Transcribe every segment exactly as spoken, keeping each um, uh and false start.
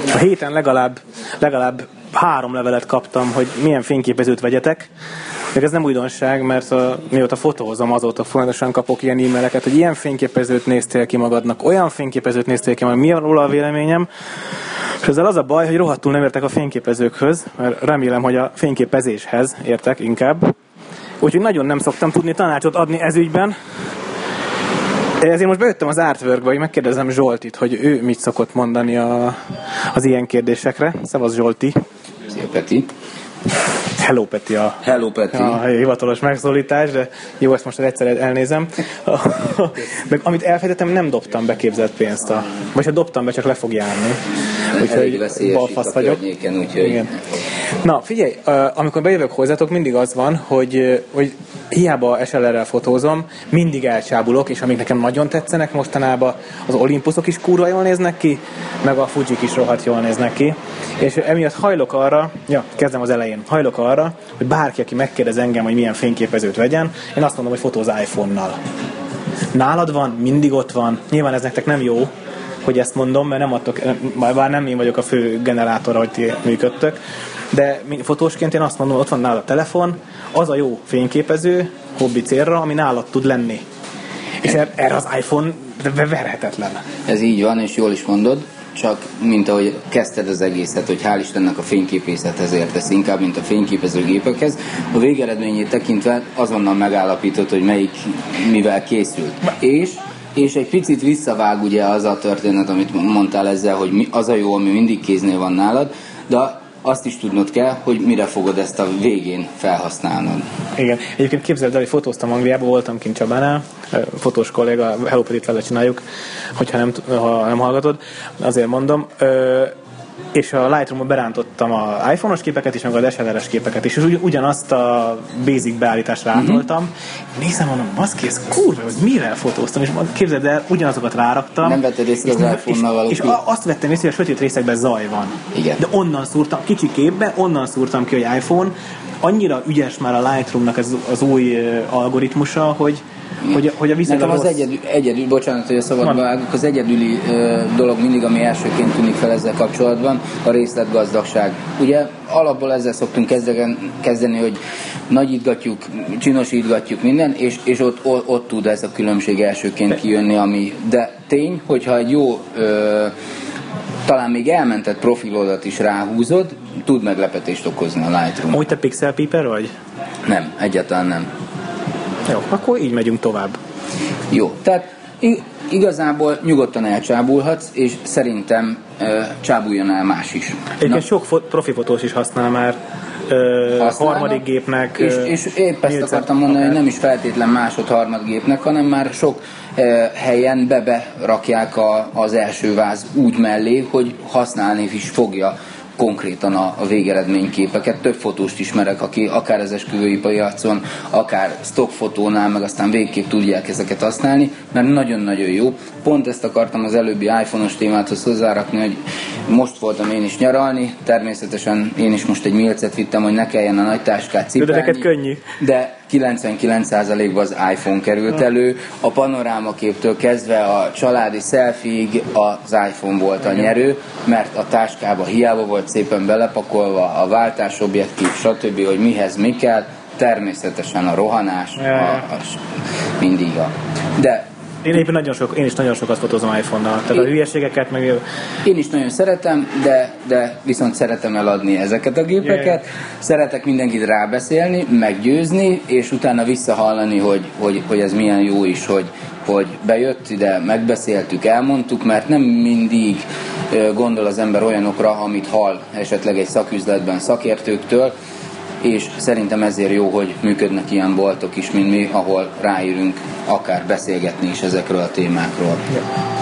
A héten legalább, legalább három levelet kaptam, hogy milyen fényképezőt vegyetek. Még ez nem újdonság, mert a, mióta fotózom, azóta folyamatosan kapok ilyen e-maileket, hogy ilyen fényképezőt néztél ki magadnak, olyan fényképezőt néztél ki magadnak, mi a róla a véleményem. És ezzel az a baj, hogy rohadtul nem értek a fényképezőkhöz, mert remélem, hogy a fényképezéshez értek inkább. Úgyhogy nagyon nem szoktam tudni tanácsot adni ez ügyben. Ezért most bejöttem az Artworkba, hogy megkérdezem Zsoltit, hogy ő mit szokott mondani a, az ilyen kérdésekre. Szevasz Zsolti! Szia Peti! Hello Peti a, Hello Peti. a hivatalos megszólítás, de jó, ezt most egyszer elnézem. Meg amit elfejtettem, nem dobtam be képzelt pénzt. A, vagy ha dobtam be, csak le fog járni. Úgyhogy balfasz vagyok. Úgyhogy... Igen. Na, figyelj, amikor bejövök hozzátok, mindig az van, hogy, hogy hiába es el er-rel fotózom, mindig elcsábulok, és amik nekem nagyon tetszenek mostanában, az Olympusok is kurva jól néznek ki, meg a Fujik is rohadt jól néznek ki. És emiatt hajlok arra, ja, kezdem az elején, hajlok arra, hogy bárki, aki megkérdez engem, hogy milyen fényképezőt vegyen, én azt mondom, hogy fotóz iPhone-nal. Nálad van, mindig ott van, nyilván ez nektek nem jó, hogy ezt mondom, mert nem adtok, bár nem én vagyok a fő generátora, hogy ti működtök, de fotósként én azt mondom, ott van nálad a telefon, az a jó fényképező, hobbi célra, ami nálad tud lenni. És erre az iPhone verhetetlen. Ez így van, és jól is mondod, csak mint ahogy kezdted az egészet, hogy hál' Istennek a fényképészethez értesz inkább, mint a fényképezőgépekhez, a végeredményét tekintve azonnal megállapított, hogy melyik mivel készült. És És egy picit visszavág ugye az a történet, amit mondtál ezzel, hogy mi, az a jó, ami mindig kéznél van nálad, de azt is tudnod kell, hogy mire fogod ezt a végén felhasználnod. Igen. Egyébként képzeld el, hogy fotóztam Angliába, voltam kint Csabánál, fotós kolléga, Hello Petit vele csináljuk, hogyha nem, ha nem hallgatod, azért mondom. És a Lightroom-ba berántottam a iPhone-os képeket is, meg az es el er-es képeket is, és ugy, ugyanazt a basic beállításra átoltam. Mm-hmm. Nézem, mondom, baszki, ez kurva, hogy mivel fotóztam, és képzeld el, ugyanazokat ráraktam. Nem vetted észre az iPhone-nal való. És, és azt vettem észre, hogy a sötét részekben zaj van. Igen. De onnan szúrtam, kicsi képbe, onnan szúrtam ki, hogy iPhone. Annyira ügyes már a Lightroom-nak az, az új algoritmusa, hogy Hogy, hogy a Nekem az egyedül, egyedül, bocsánat, hogy a szabadba vágok, az egyedüli ö, dolog mindig, ami elsőként tűnik fel ezzel kapcsolatban, a részletgazdagság. Ugye alapból ezzel szoktunk kezdeni, kezdeni hogy nagyítgatjuk, csinosítgatjuk minden, és, és ott, ott, ott tud ez a különbség elsőként kijönni, ami, de tény, hogyha egy jó ö, talán még elmentett profilodat is ráhúzod, tud meglepetést okozni a Lightroom. Úgy te pixel peeper vagy? Nem, egyáltalán nem. Jó, akkor így megyünk tovább. Jó, tehát igazából nyugodtan elcsábulhatsz, és szerintem uh, csábuljon el más is. Egyébként sok fo- profi fotós is használ már uh, harmadik gépnek. És, és épp ezt akartam mondani, akár. Hogy nem is feltétlen másod-harmad gépnek, hanem már sok uh, helyen bebe rakják a, az első váz úgy mellé, hogy használni is fogja konkrétan a, a végeredményképeket. Több fotóst ismerek, aki akár az esküvői piacon, akár stockfotónál, meg aztán végképp tudják ezeket használni, mert nagyon-nagyon jó. Pont ezt akartam az előbbi iPhone-os témáthoz hozzárakni, hogy most voltam én is nyaralni, természetesen én is most egy milcet vittem, hogy ne kelljen a nagy táskát cipelni. De könnyű. De kilencvenkilenc százalékban az iPhone került elő, a panorámaképtől kezdve a családi selfie-ig az iPhone volt a nyerő, mert a táskába hiába volt szépen belepakolva a váltásobjektív, stb., hogy mihez mi kell, természetesen a rohanás, a, a, mindig a... De Én éppen nagyon sok, én is nagyon sokat fotózom iPhone-nal, tehát én, a hülyeségeket meg... Én is nagyon szeretem, de, de viszont szeretem eladni ezeket a gépeket. Yeah. Szeretek mindenkit rábeszélni, meggyőzni, és utána visszahallani, hogy, hogy, hogy ez milyen jó is, hogy, hogy bejött ide, megbeszéltük, elmondtuk, mert nem mindig gondol az ember olyanokra, amit hall esetleg egy szaküzletben szakértőktől, és szerintem ezért jó, hogy működnek ilyen boltok is, mint mi, ahol ráírunk akár beszélgetni is ezekről a témákról. Ja.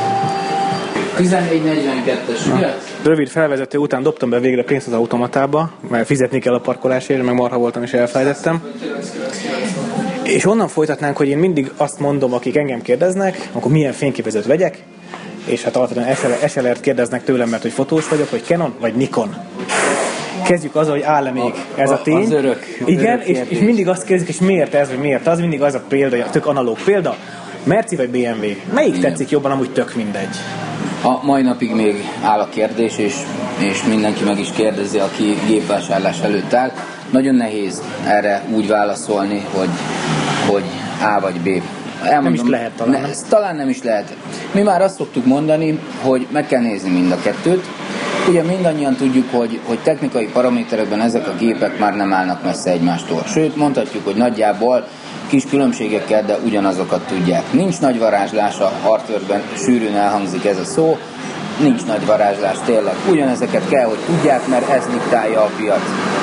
tizennégy negyvenkettes, Rövid felvezető után dobtam be végre pénzt az automatába, mert fizetni kell a parkolásért, meg marha voltam és elfelejtettem. És onnan folytatnánk, hogy én mindig azt mondom, akik engem kérdeznek, akkor milyen fényképezőt vegyek, és hát alapvetően es el er-t kérdeznek tőlem, mert hogy fotós vagyok, hogy Canon vagy Nikon. Kezdjük azzal, hogy áll-e még ez a tény. Az örök. Igen, örök és, és mindig azt kérdezik, és miért ez, vagy miért az, mindig az a példa, tök analóg példa. Merci vagy bé em vé? Melyik igen. tetszik jobban, amúgy tök mindegy. A mai napig még áll a kérdés, és, és mindenki meg is kérdezi, aki gépvásárlás előtt áll. Nagyon nehéz erre úgy válaszolni, hogy, hogy A vagy B. Elmondom, nem is lehet talán. Ne, talán nem is lehet. Mi már azt szoktuk mondani, hogy meg kell nézni mind a kettőt. Ugye mindannyian tudjuk, hogy, hogy technikai paraméterekben ezek a gépek már nem állnak messze egymástól. Sőt, mondhatjuk, hogy nagyjából kis különbségekkel, de ugyanazokat tudják. Nincs nagy varázslás, a hardware-ben sűrűn elhangzik ez a szó, nincs nagy varázslás tényleg. Ugyanezeket kell, hogy tudják, mert ez diktálja a piac.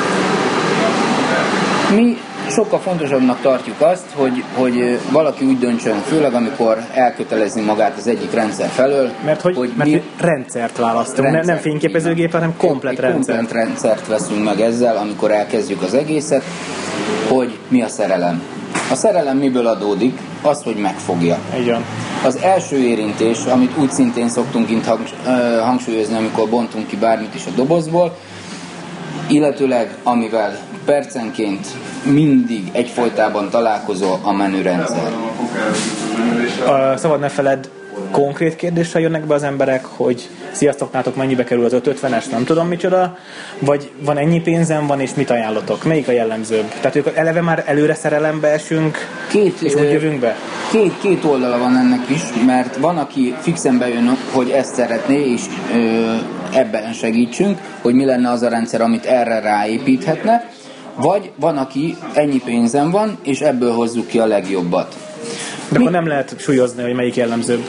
Mi sokkal fontosabbnak tartjuk azt, hogy, hogy valaki úgy döntsön, főleg amikor elkötelezni magát az egyik rendszer felől. Mert hogy, hogy mert mi rendszert választunk, rendszer, nem fényképezőgép, hanem komplet egy, egy rendszert. Komplet rendszert veszünk meg ezzel, amikor elkezdjük az egészet, hogy mi a szerelem. A szerelem miből adódik? Az, hogy megfogja. Igen. Az első érintés, amit úgy szintén szoktunk itt hangsúlyozni, amikor bontunk ki bármit is a dobozból, illetőleg amivel percenként mindig egyfolytában találkozol, a menürendszer. Uh, szabad ne feled, konkrét kérdéssel jönnek be az emberek, hogy sziasztok, nátok mennyibe kerül az ötszázötvenes, nem tudom micsoda, vagy van ennyi pénzem van, és mit ajánlotok? Melyik a jellemzőbb? Tehát ők eleve már előre szerelembe esünk, két, és úgy jövünk be? Két, két oldala van ennek is, mert van, aki fixen bejön, hogy ezt szeretné, és ö, ebben segítsünk, hogy mi lenne az a rendszer, amit erre ráépíthetne, vagy van, aki ennyi pénzem van, és ebből hozzuk ki a legjobbat. De mi? Akkor nem lehet súlyozni, hogy melyik jellemzőbb.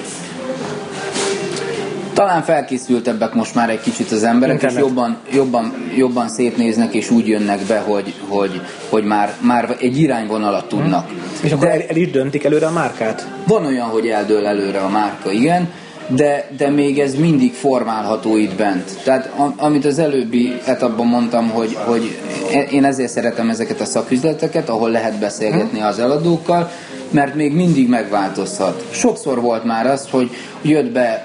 Talán felkészültebbek most már egy kicsit az emberek, Internet. És jobban, jobban, jobban szétnéznek, és úgy jönnek be, hogy, hogy, hogy már, már egy irányvonalat tudnak. Hmm. És akkor el, el is döntik előre a márkát? Van olyan, hogy eldől előre a márka, igen, de, de még ez mindig formálható itt bent. Tehát amit az előbbi etapban mondtam, hogy, hogy én ezért szeretem ezeket a szaküzleteket, ahol lehet beszélgetni az eladókkal, mert még mindig megváltozhat. Sokszor volt már az, hogy jött be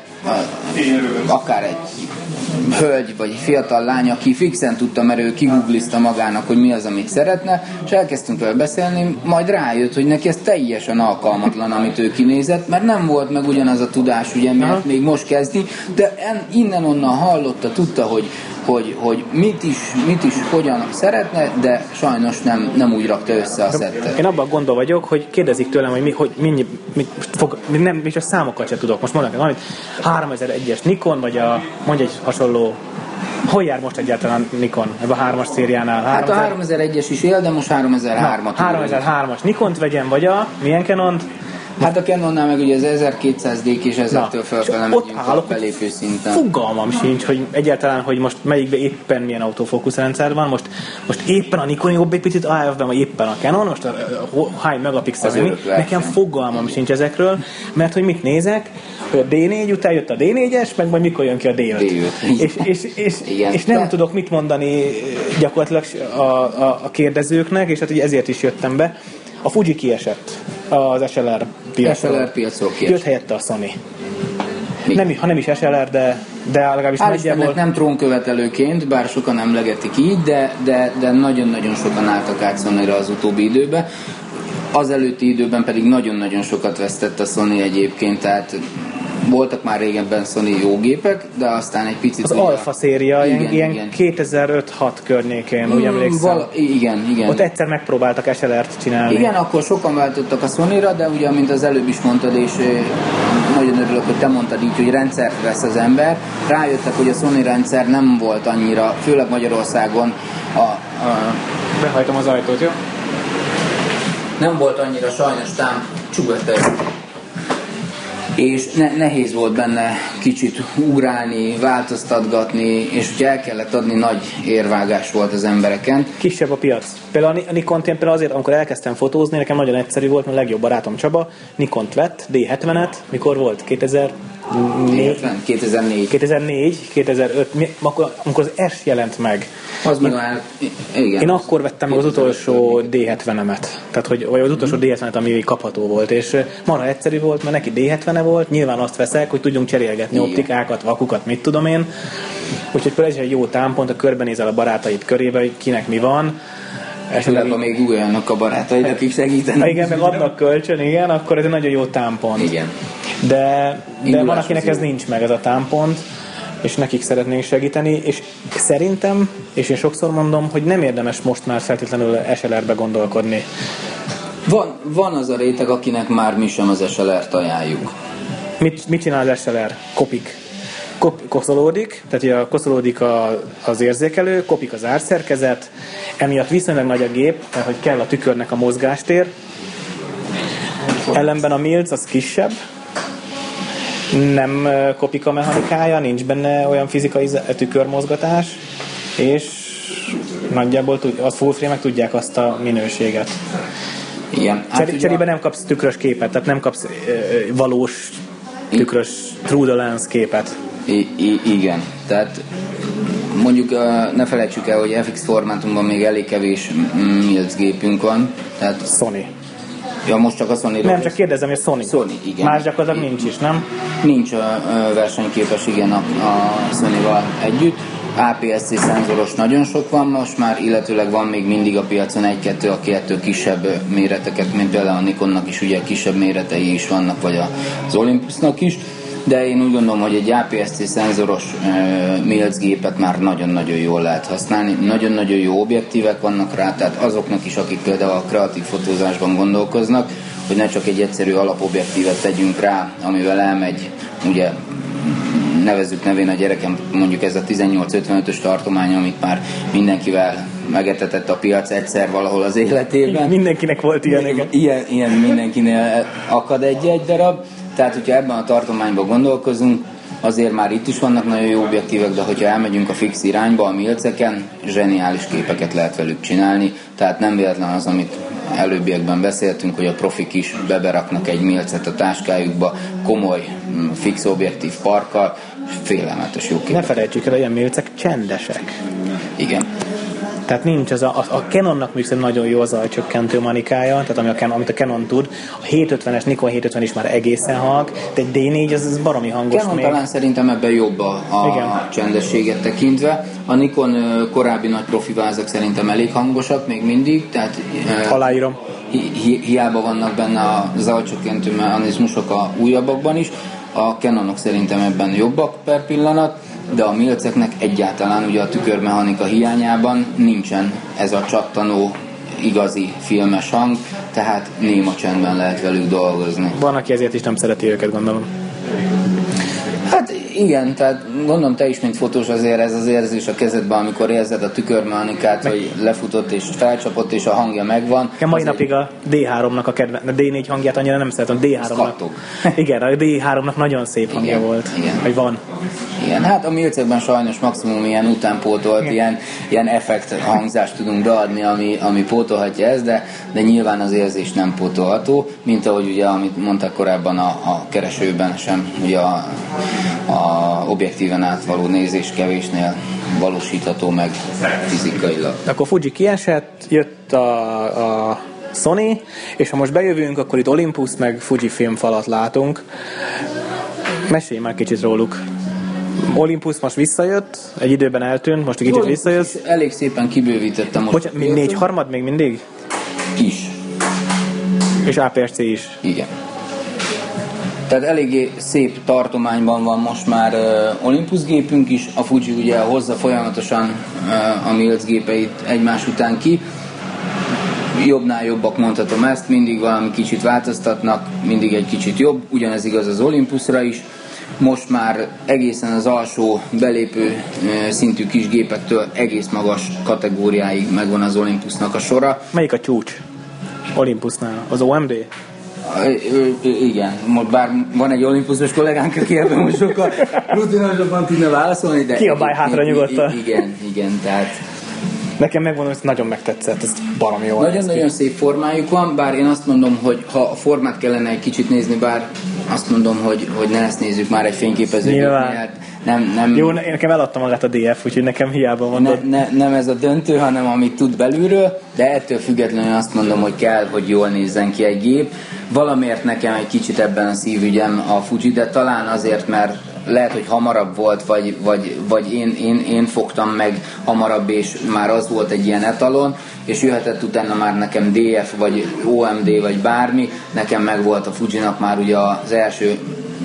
akár egy hölgy vagy fiatal lány, aki fixen tudta, mert ő kigooglizta magának, hogy mi az, amit szeretne, és elkezdtünk vele beszélni, majd rájött, hogy neki ez teljesen alkalmatlan, amit ő kinézett, mert nem volt meg ugyanaz a tudás, ugye, mert még most kezdi, de innen-onnan hallotta, tudta, hogy, hogy, hogy mit, is, mit is hogyan szeretne, de sajnos nem, nem úgy rakta össze a szettet. Én abban gondol vagyok, hogy kérdezik tőlem, hogy mi, hogy mennyi, mit fog, nem, mi csak számokat sem tudok. Most mondanak valamit, háromezer-egyes Nikon, vagy a, mondj egy hasonló, hol jár most egyáltalán Nikon ebben a hármas szériánál? Hát a háromezer-egyes is él, de most háromezer-hármat. háromezer-hármas Nikont vegyem, vagy a milyen Canont? Hát a Canonnál meg ugye az ezerkétszáz dé és ezertől felfele megyünk a belépő szinten. Fogalmam sincs, hogy egyáltalán, hogy most melyikben éppen milyen autofókuszrendszer van. Most, most éppen a Nikon jobb egy picit, á ef-ben vagy éppen a Canon, most a, a hány megapixel, nekem fogalmam sincs ezekről, mert hogy mit nézek, hogy a dé négy után jött a dé négyes, meg majd mikor jön ki a dé öt. dé öt. És, és, és, és nem de... tudok mit mondani gyakorlatilag a, a, a kérdezőknek, és hát ugye ezért is jöttem be. A Fuji kiesett az es el er piacról. es el er piacról kiesett. Jött helyette a Sony. Nem, ha nem is es el er, de, de legalábbis nagyjából... nem trónkövetelőként, bár sokan emlegetik így, de, de, de nagyon-nagyon sokan álltak át Sonyra az utóbbi időben. Az előtti időben pedig nagyon-nagyon sokat vesztett a Sony egyébként, tehát voltak már régebben Sony jó gépek, de aztán egy picit... Az Alpha széria, igen, ilyen, ilyen igen. kétezer-öt-hat környékén, úgy emlékszem. Val- igen, igen. Ott egyszer megpróbáltak es el er-t csinálni. Igen, akkor sokan váltottak a Sonyra, de ugye, mint az előbb is mondtad, és nagyon örülök, hogy te mondtad így, hogy rendszert vesz az ember. Rájöttek, hogy a Sony rendszer nem volt annyira, főleg Magyarországon a... a Behajtom az ajtót, jó? Nem volt annyira sajnos tám csugott, és ne, nehéz volt benne kicsit ugrálni, változtatgatni, és ugye el kellett adni, nagy érvágás volt az embereken. Kisebb a piac. Például a Nikont én például azért, amikor elkezdtem fotózni, nekem nagyon egyszerű volt, mert a legjobb barátom Csaba Nikont vett, dé hetvenet, mikor volt? kétezer-négy kétezer-négy kétezer-négy kétezer-öt amikor, amikor az S jelent meg. Az meg már, igen. Én akkor vettem meg az utolsó dé hetvenemet, tehát hogy, vagy az utolsó dé hetvenet, ami kapható volt, és marha egyszerű volt, mert neki dé hetvene volt, nyilván azt veszek, hogy tudjunk cserélgetni igen. optikákat, vakukat, mit tudom én. Úgyhogy például ez egy jó támpont, a körbenézel a barátaid körébe, hogy kinek mi van. Esetleg, ha még új olyanok a barátaid, akik segítenek. Ha igen, meg adnak kölcsön, igen, akkor ez egy nagyon jó támpont. Igen. De, de van, akinek ez nincs meg, ez a támpont, és nekik szeretnénk segíteni, és szerintem, és én sokszor mondom, hogy nem érdemes most már feltétlenül es el er-be gondolkodni. Van, van az a réteg, akinek már mi sem az es el er-t ajánljuk. Mit, mit csinál az es el er? Kopik. Kop, koszolódik, tehát ugye koszolódik a, az érzékelő, kopik az árszerkezet, emiatt viszonylag nagy a gép, mert hogy kell a tükörnek a mozgástér. Ellenben a milc az kisebb, nem kopik a mechanikája, nincs benne olyan fizikai tükörmozgatás, és nagyjából a full frame-ek tudják azt a minőséget. Igen. Hát Cser- cserébe nem kapsz tükrös képet, tehát nem kapsz uh, valós tükrös through the lens képet. I- I- igen, tehát mondjuk uh, ne felejtsük el, hogy ef iksz formátumban még elég kevés milc gépünk van. Tehát Sony. Ja, most csak a Sony. Nem, csak kérdezem, hogy Sony. Sony, igen. Más gyakorlatilag nincs is, nem? Nincs uh, versenyképes, igen, a, a Sony-val együtt. á pé es cé szenzoros nagyon sok van most már, illetőleg van még mindig a piacon egy-kettő, aki ettől kisebb méreteket, mint például a Nikonnak is ugye kisebb méretei is vannak, vagy az Olympusnak is. De én úgy gondolom, hogy egy á pé es cé szenzoros uh, milc gépet már nagyon-nagyon jól lehet használni. Nagyon-nagyon jó objektívek vannak rá, tehát azoknak is, akik például a kreatív fotózásban gondolkoznak, hogy ne csak egy egyszerű alapobjektívet tegyünk rá, amivel elmegy, ugye nevezzük nevén a gyerekem, mondjuk ez a tizennyolc ötvenötös tartomány, amit már mindenkivel megetetett a piac egyszer valahol az életében. Mindenkinek volt ilyen, igen. Ilyen, ilyen mindenkinél akad egy-egy darab. Tehát, hogyha ebben a tartományban gondolkozunk, azért már itt is vannak nagyon jó objektívek, de hogyha elmegyünk a fix irányba, a milceken, zseniális képeket lehet velük csinálni. Tehát nem véletlen az, amit előbbiekben beszéltünk, hogy a profik is beberaknak egy milcet a táskájukba, komoly fix objektív parkkal, félelmetes jó képek. Ne felejtsük el, hogy ilyen milcek csendesek. Igen. Tehát nincs az a, a, a Canonnak még nagyon jó az zajcsökkentő manikája, tehát ami a Canon, amit a Canon tud. A hétszázötvenes, Nikon hétszázötven is már egészen halk, de egy dé négy az, az baromi hangos. Canon még. talán szerintem ebben jobb a, a csendességet tekintve. A Nikon korábbi nagy profi vázak szerintem elég hangosak még mindig, tehát aláírom. Hi, hi, hiába vannak benne a zajcsökkentő mechanizmusok a újabbakban is. A Canonok szerintem ebben jobbak per pillanat, de a milceknek egyáltalán ugye a tükörmechanika hiányában nincsen ez a csattanó igazi filmes hang, tehát néma csendben lehet velük dolgozni. Van, aki ezért is nem szereti őket, gondolom. Hát igen, tehát gondolom te is, mint fotós, azért ez az érzés a kezedben, amikor érzed a tükörmechanikát, meg... hogy lefutott és felcsapott, és a hangja megvan. Mai azért... napig a dé háromnak a kedvenc, a dé négy hangját annyira nem szeretem, a dé háromnak. Igen, a dé háromnak nagyon szép hangja igen, volt. Igen. Vagy van. Igen, hát a milcekben sajnos maximum ilyen utánpótolt, ilyen, ilyen effekt hangzást tudunk beadni, ami, ami pótolhatja ezt, de, de nyilván az érzés nem pótolható, mint ahogy ugye, amit mondtak korábban a, a keresőben sem, ugye a, a objektíven átvaló nézés kevésnél valósítható meg fizikailag. Akkor Fuji kiesett, jött a, a Sony, és ha most bejövünk, akkor itt Olympus meg Fujifilm falat látunk. Mesélj már kicsit róluk. Olympus most visszajött, egy időben eltűnt, most egy kicsit visszajött. Elég szépen kibővítettem most. Bocsánat, még négy harmad még mindig? Is. És á pé es cé is. Igen. Tehát eléggé szép tartományban van most már uh, Olympus gépünk is, a Fuji ugye hozza folyamatosan uh, a milc gépeit egymás után ki. Jobbnál jobbak mondhatom ezt, mindig valami kicsit változtatnak, mindig egy kicsit jobb, ugyanez igaz az Olympusra is. Most már egészen az alsó belépő szintű kis gépektől egész magas kategóriáig megvan az Olympusnak a sora. Melyik a csúcs Olympusnál? Az o em dé? Igen, most bár van egy Olympusos kollégánk, aki ebben most sokkal rutinosabban tudna válaszolni, de... Kiabálj hátra nyugodtan. Igen, igen, tehát... Nekem megmondom, hogy nagyon megtetszett, ez baromi jó. Nagyon-nagyon szép formájuk van, bár én azt mondom, hogy ha a formát kellene egy kicsit nézni, bár azt mondom, hogy, hogy ne ezt nézzük már egy fényképezőgépnél. Nem, nem, jó, nekem eladta magát a dé ef, úgyhogy nekem hiába mondod. Ne, ne, nem ez a döntő, hanem amit tud belülről, de ettől függetlenül azt mondom, hogy kell, hogy jól nézzen ki egy gép. Valamiért nekem egy kicsit ebben a szívügyem a Fuji, de talán azért, mert lehet, hogy hamarabb volt, vagy, vagy, vagy én, én, én fogtam meg hamarabb, és már az volt egy ilyen etalon, és jöhetett utána már nekem dé ef, vagy o em dé, vagy bármi, nekem meg volt a Fujinak már ugye az első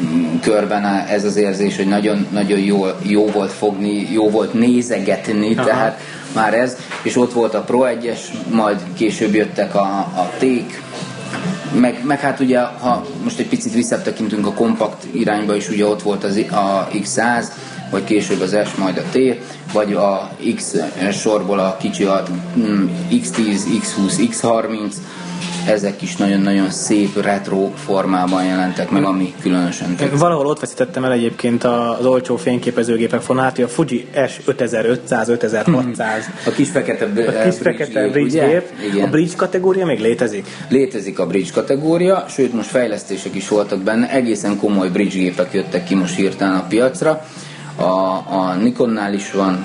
körben ez az érzés, hogy nagyon, nagyon jó, jó volt fogni, jó volt nézegetni, aha. Tehát már ez, és ott volt a Pro egyes, majd később jöttek a, a T-k, meg, meg hát ugye, ha most egy picit visszatekintünk a kompakt irányba is, ugye ott volt az, a iksz száz, vagy később az S, majd a T, vagy a X sorból a kicsi a iksz tíz, iksz húsz, iksz harminc, ezek is nagyon-nagyon szép retro formában jelentek meg, ami különösen tetszett. Valahol ott veszítettem el egyébként az olcsó fényképezőgépek fonát, hogy a Fuji S ötezer-ötszáz, ötezer-hatszáz. A kis fekete, a kis fekete bridge gép. A bridge kategória még létezik? Létezik a bridge kategória, sőt most fejlesztések is voltak benne, egészen komoly bridge gépek jöttek ki most hirtelen a piacra. A, a Nikonnál is van,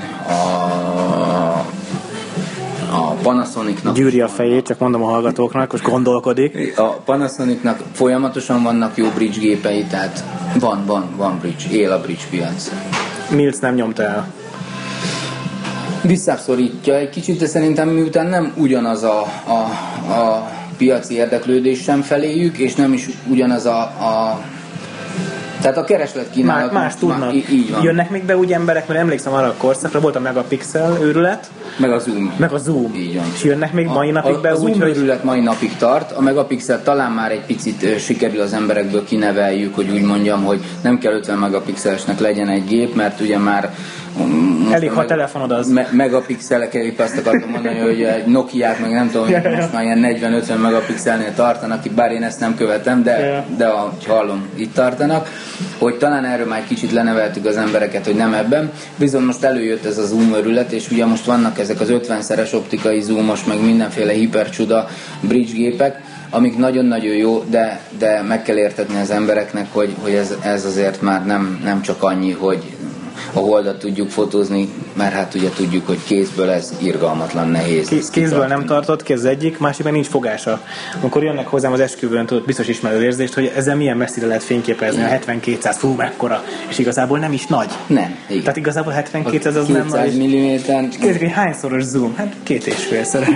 a a Panasonicnak... Gyűri a fejét, csak mondom a hallgatóknak, most gondolkodik. A Panasonicnak folyamatosan vannak jó bridge gépei, tehát van, van, van bridge, él a bridge piac. Mills nem nyomta el. Visszaszorítja egy kicsit, de szerintem miután nem ugyanaz a, a, a piaci érdeklődés sem feléjük, és nem is ugyanaz a, a tehát a kereslet kínálat más, más tudnak. Í- így van. Jönnek még be úgy emberek, mert emlékszem arra a korszakra, volt a Megapixel őrület. Meg a Zoom. Meg a Zoom. Így van. És jönnek még mai napig a, be a úgy, Zoom hogy... őrület mai napig tart. A Megapixel talán már egy picit uh, sikerül az emberekből kineveljük, hogy úgy mondjam, hogy nem kell ötven megapixelesnek legyen egy gép, mert ugye már elég, ha a telefonod az. Me- megapixelek, épp azt akartam mondani, hogy egy Nokiák, meg nem tudom, hogy most már ilyen negyven-ötven megapixelnél tartanak, bár én ezt nem követem, de, de ahogy hallom, itt tartanak, hogy talán erről már egy kicsit leneveltük az embereket, hogy nem ebben. Viszont most előjött ez a zoom örület, és ugye most vannak ezek az ötvenszeres optikai zoomos, meg mindenféle hipercsuda bridge gépek, amik nagyon-nagyon jó, de, de meg kell értetni az embereknek, hogy, hogy ez, ez azért már nem, nem csak annyi, hogy a holdat tudjuk fotózni, mert hát ugye tudjuk, hogy kézből ez irgalmatlan nehéz. Kéz, kézből nem tartott ki az egyik, másik meg nincs fogása. Amikor jönnek hozzám az esküvőn, tudod, biztos ismered az érzést, hogy ezzel milyen messzire lehet fényképezni, a hetven-kétszáz, fú, mekkora, és igazából nem is nagy. Nem, igen. Tehát igazából hetven-kétszáz az nem nagy. milliméter. És kérdezik, hogy hányszoros zoom? Hát két és félszeres.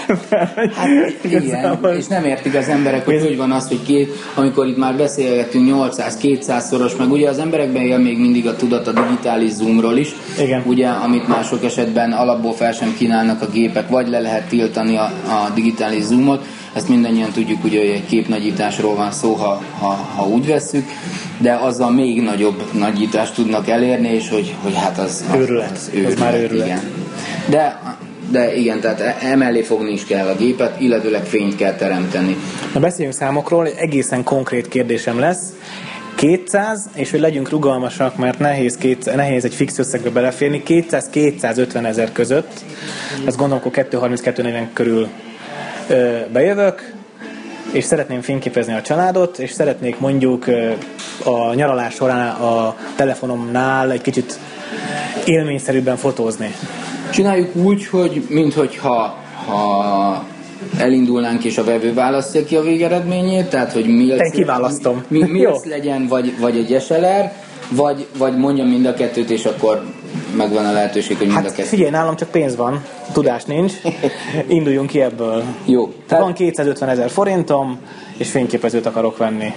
Hát igen, és nem értik az emberek, hogy hogy van az, hogy két, amikor itt már beszélgetünk nyolcszáz-kétszáz szoros, meg ugye az emberekben él még mindig a tudat a digitális zoomról is, igen. Ugye, amit már sok esetben alapból fel sem kínálnak a gépek, vagy le lehet tiltani a, a digitális zoomot, ezt mindannyian tudjuk, ugye, hogy egy képnagyításról van szó, ha, ha, ha úgy vesszük, de azzal még nagyobb nagyítást tudnak elérni, és hogy, hogy hát az... az őrület, az, őrület, az már őrület. Igen. De, de igen, tehát emellé fogni is kell a gépet, illetőleg fényt kell teremteni. Na beszéljünk számokról, egy egészen konkrét kérdésem lesz. kétszáz, és hogy legyünk rugalmasak, mert nehéz, két, nehéz egy fix összegbe beleférni, kétszáz-kétszázötven ezer között, azt gondolom, akkor kétszázharminc-kétszáznegyven körül ö, bejövök, és szeretném fényképezni a családot, és szeretnék mondjuk ö, a nyaralás során a telefonomnál egy kicsit élményszerűbben fotózni. Csináljuk úgy, hogy minthogyha ha elindulnánk és a vevő választja ki a végeredményét, tehát hogy Mills, kiválasztom. Mi, Mills legyen, vagy, vagy egy es el er, vagy, vagy mondjam mind a kettőt, és akkor megvan a lehetőség, hogy mind hát a kettőt. Figyelj, nálam csak pénz van, tudás nincs, induljunk ki ebből. Jó. Tehát... Van kétszázötven ezer forintom, és fényképezőt akarok venni.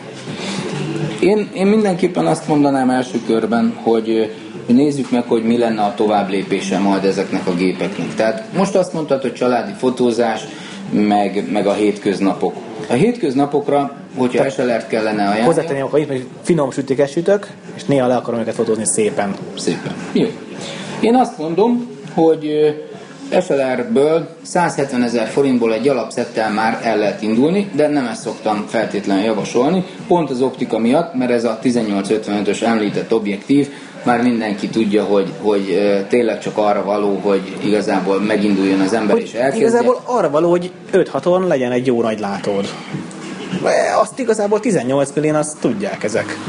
Én, én mindenképpen azt mondanám első körben, hogy nézzük meg, hogy mi lenne a tovább lépése majd ezeknek a gépeknek. Tehát most azt mondtad, hogy családi fotózás, meg, meg a hétköznapok. A hétköznapokra, hogyha es el er-t kellene ajánlani... Hozzátenni akkor itt, hogy finom sütiket sütök, és néha le akarom őket fotózni szépen. Szépen. Jó. Én azt mondom, hogy es el er-ből százhetven ezer forintból egy alapszettel már el lehet indulni, de nem ezt szoktam feltétlenül javasolni, pont az optika miatt, mert ez a tizennyolc ötvenötös említett objektív, már mindenki tudja, hogy, hogy tényleg csak arra való, hogy igazából meginduljon az ember, hogy és elkezdje. Igazából arra való, hogy öt haton legyen egy jó nagy látód. Azt igazából tizennyolc millén azt tudják ezek.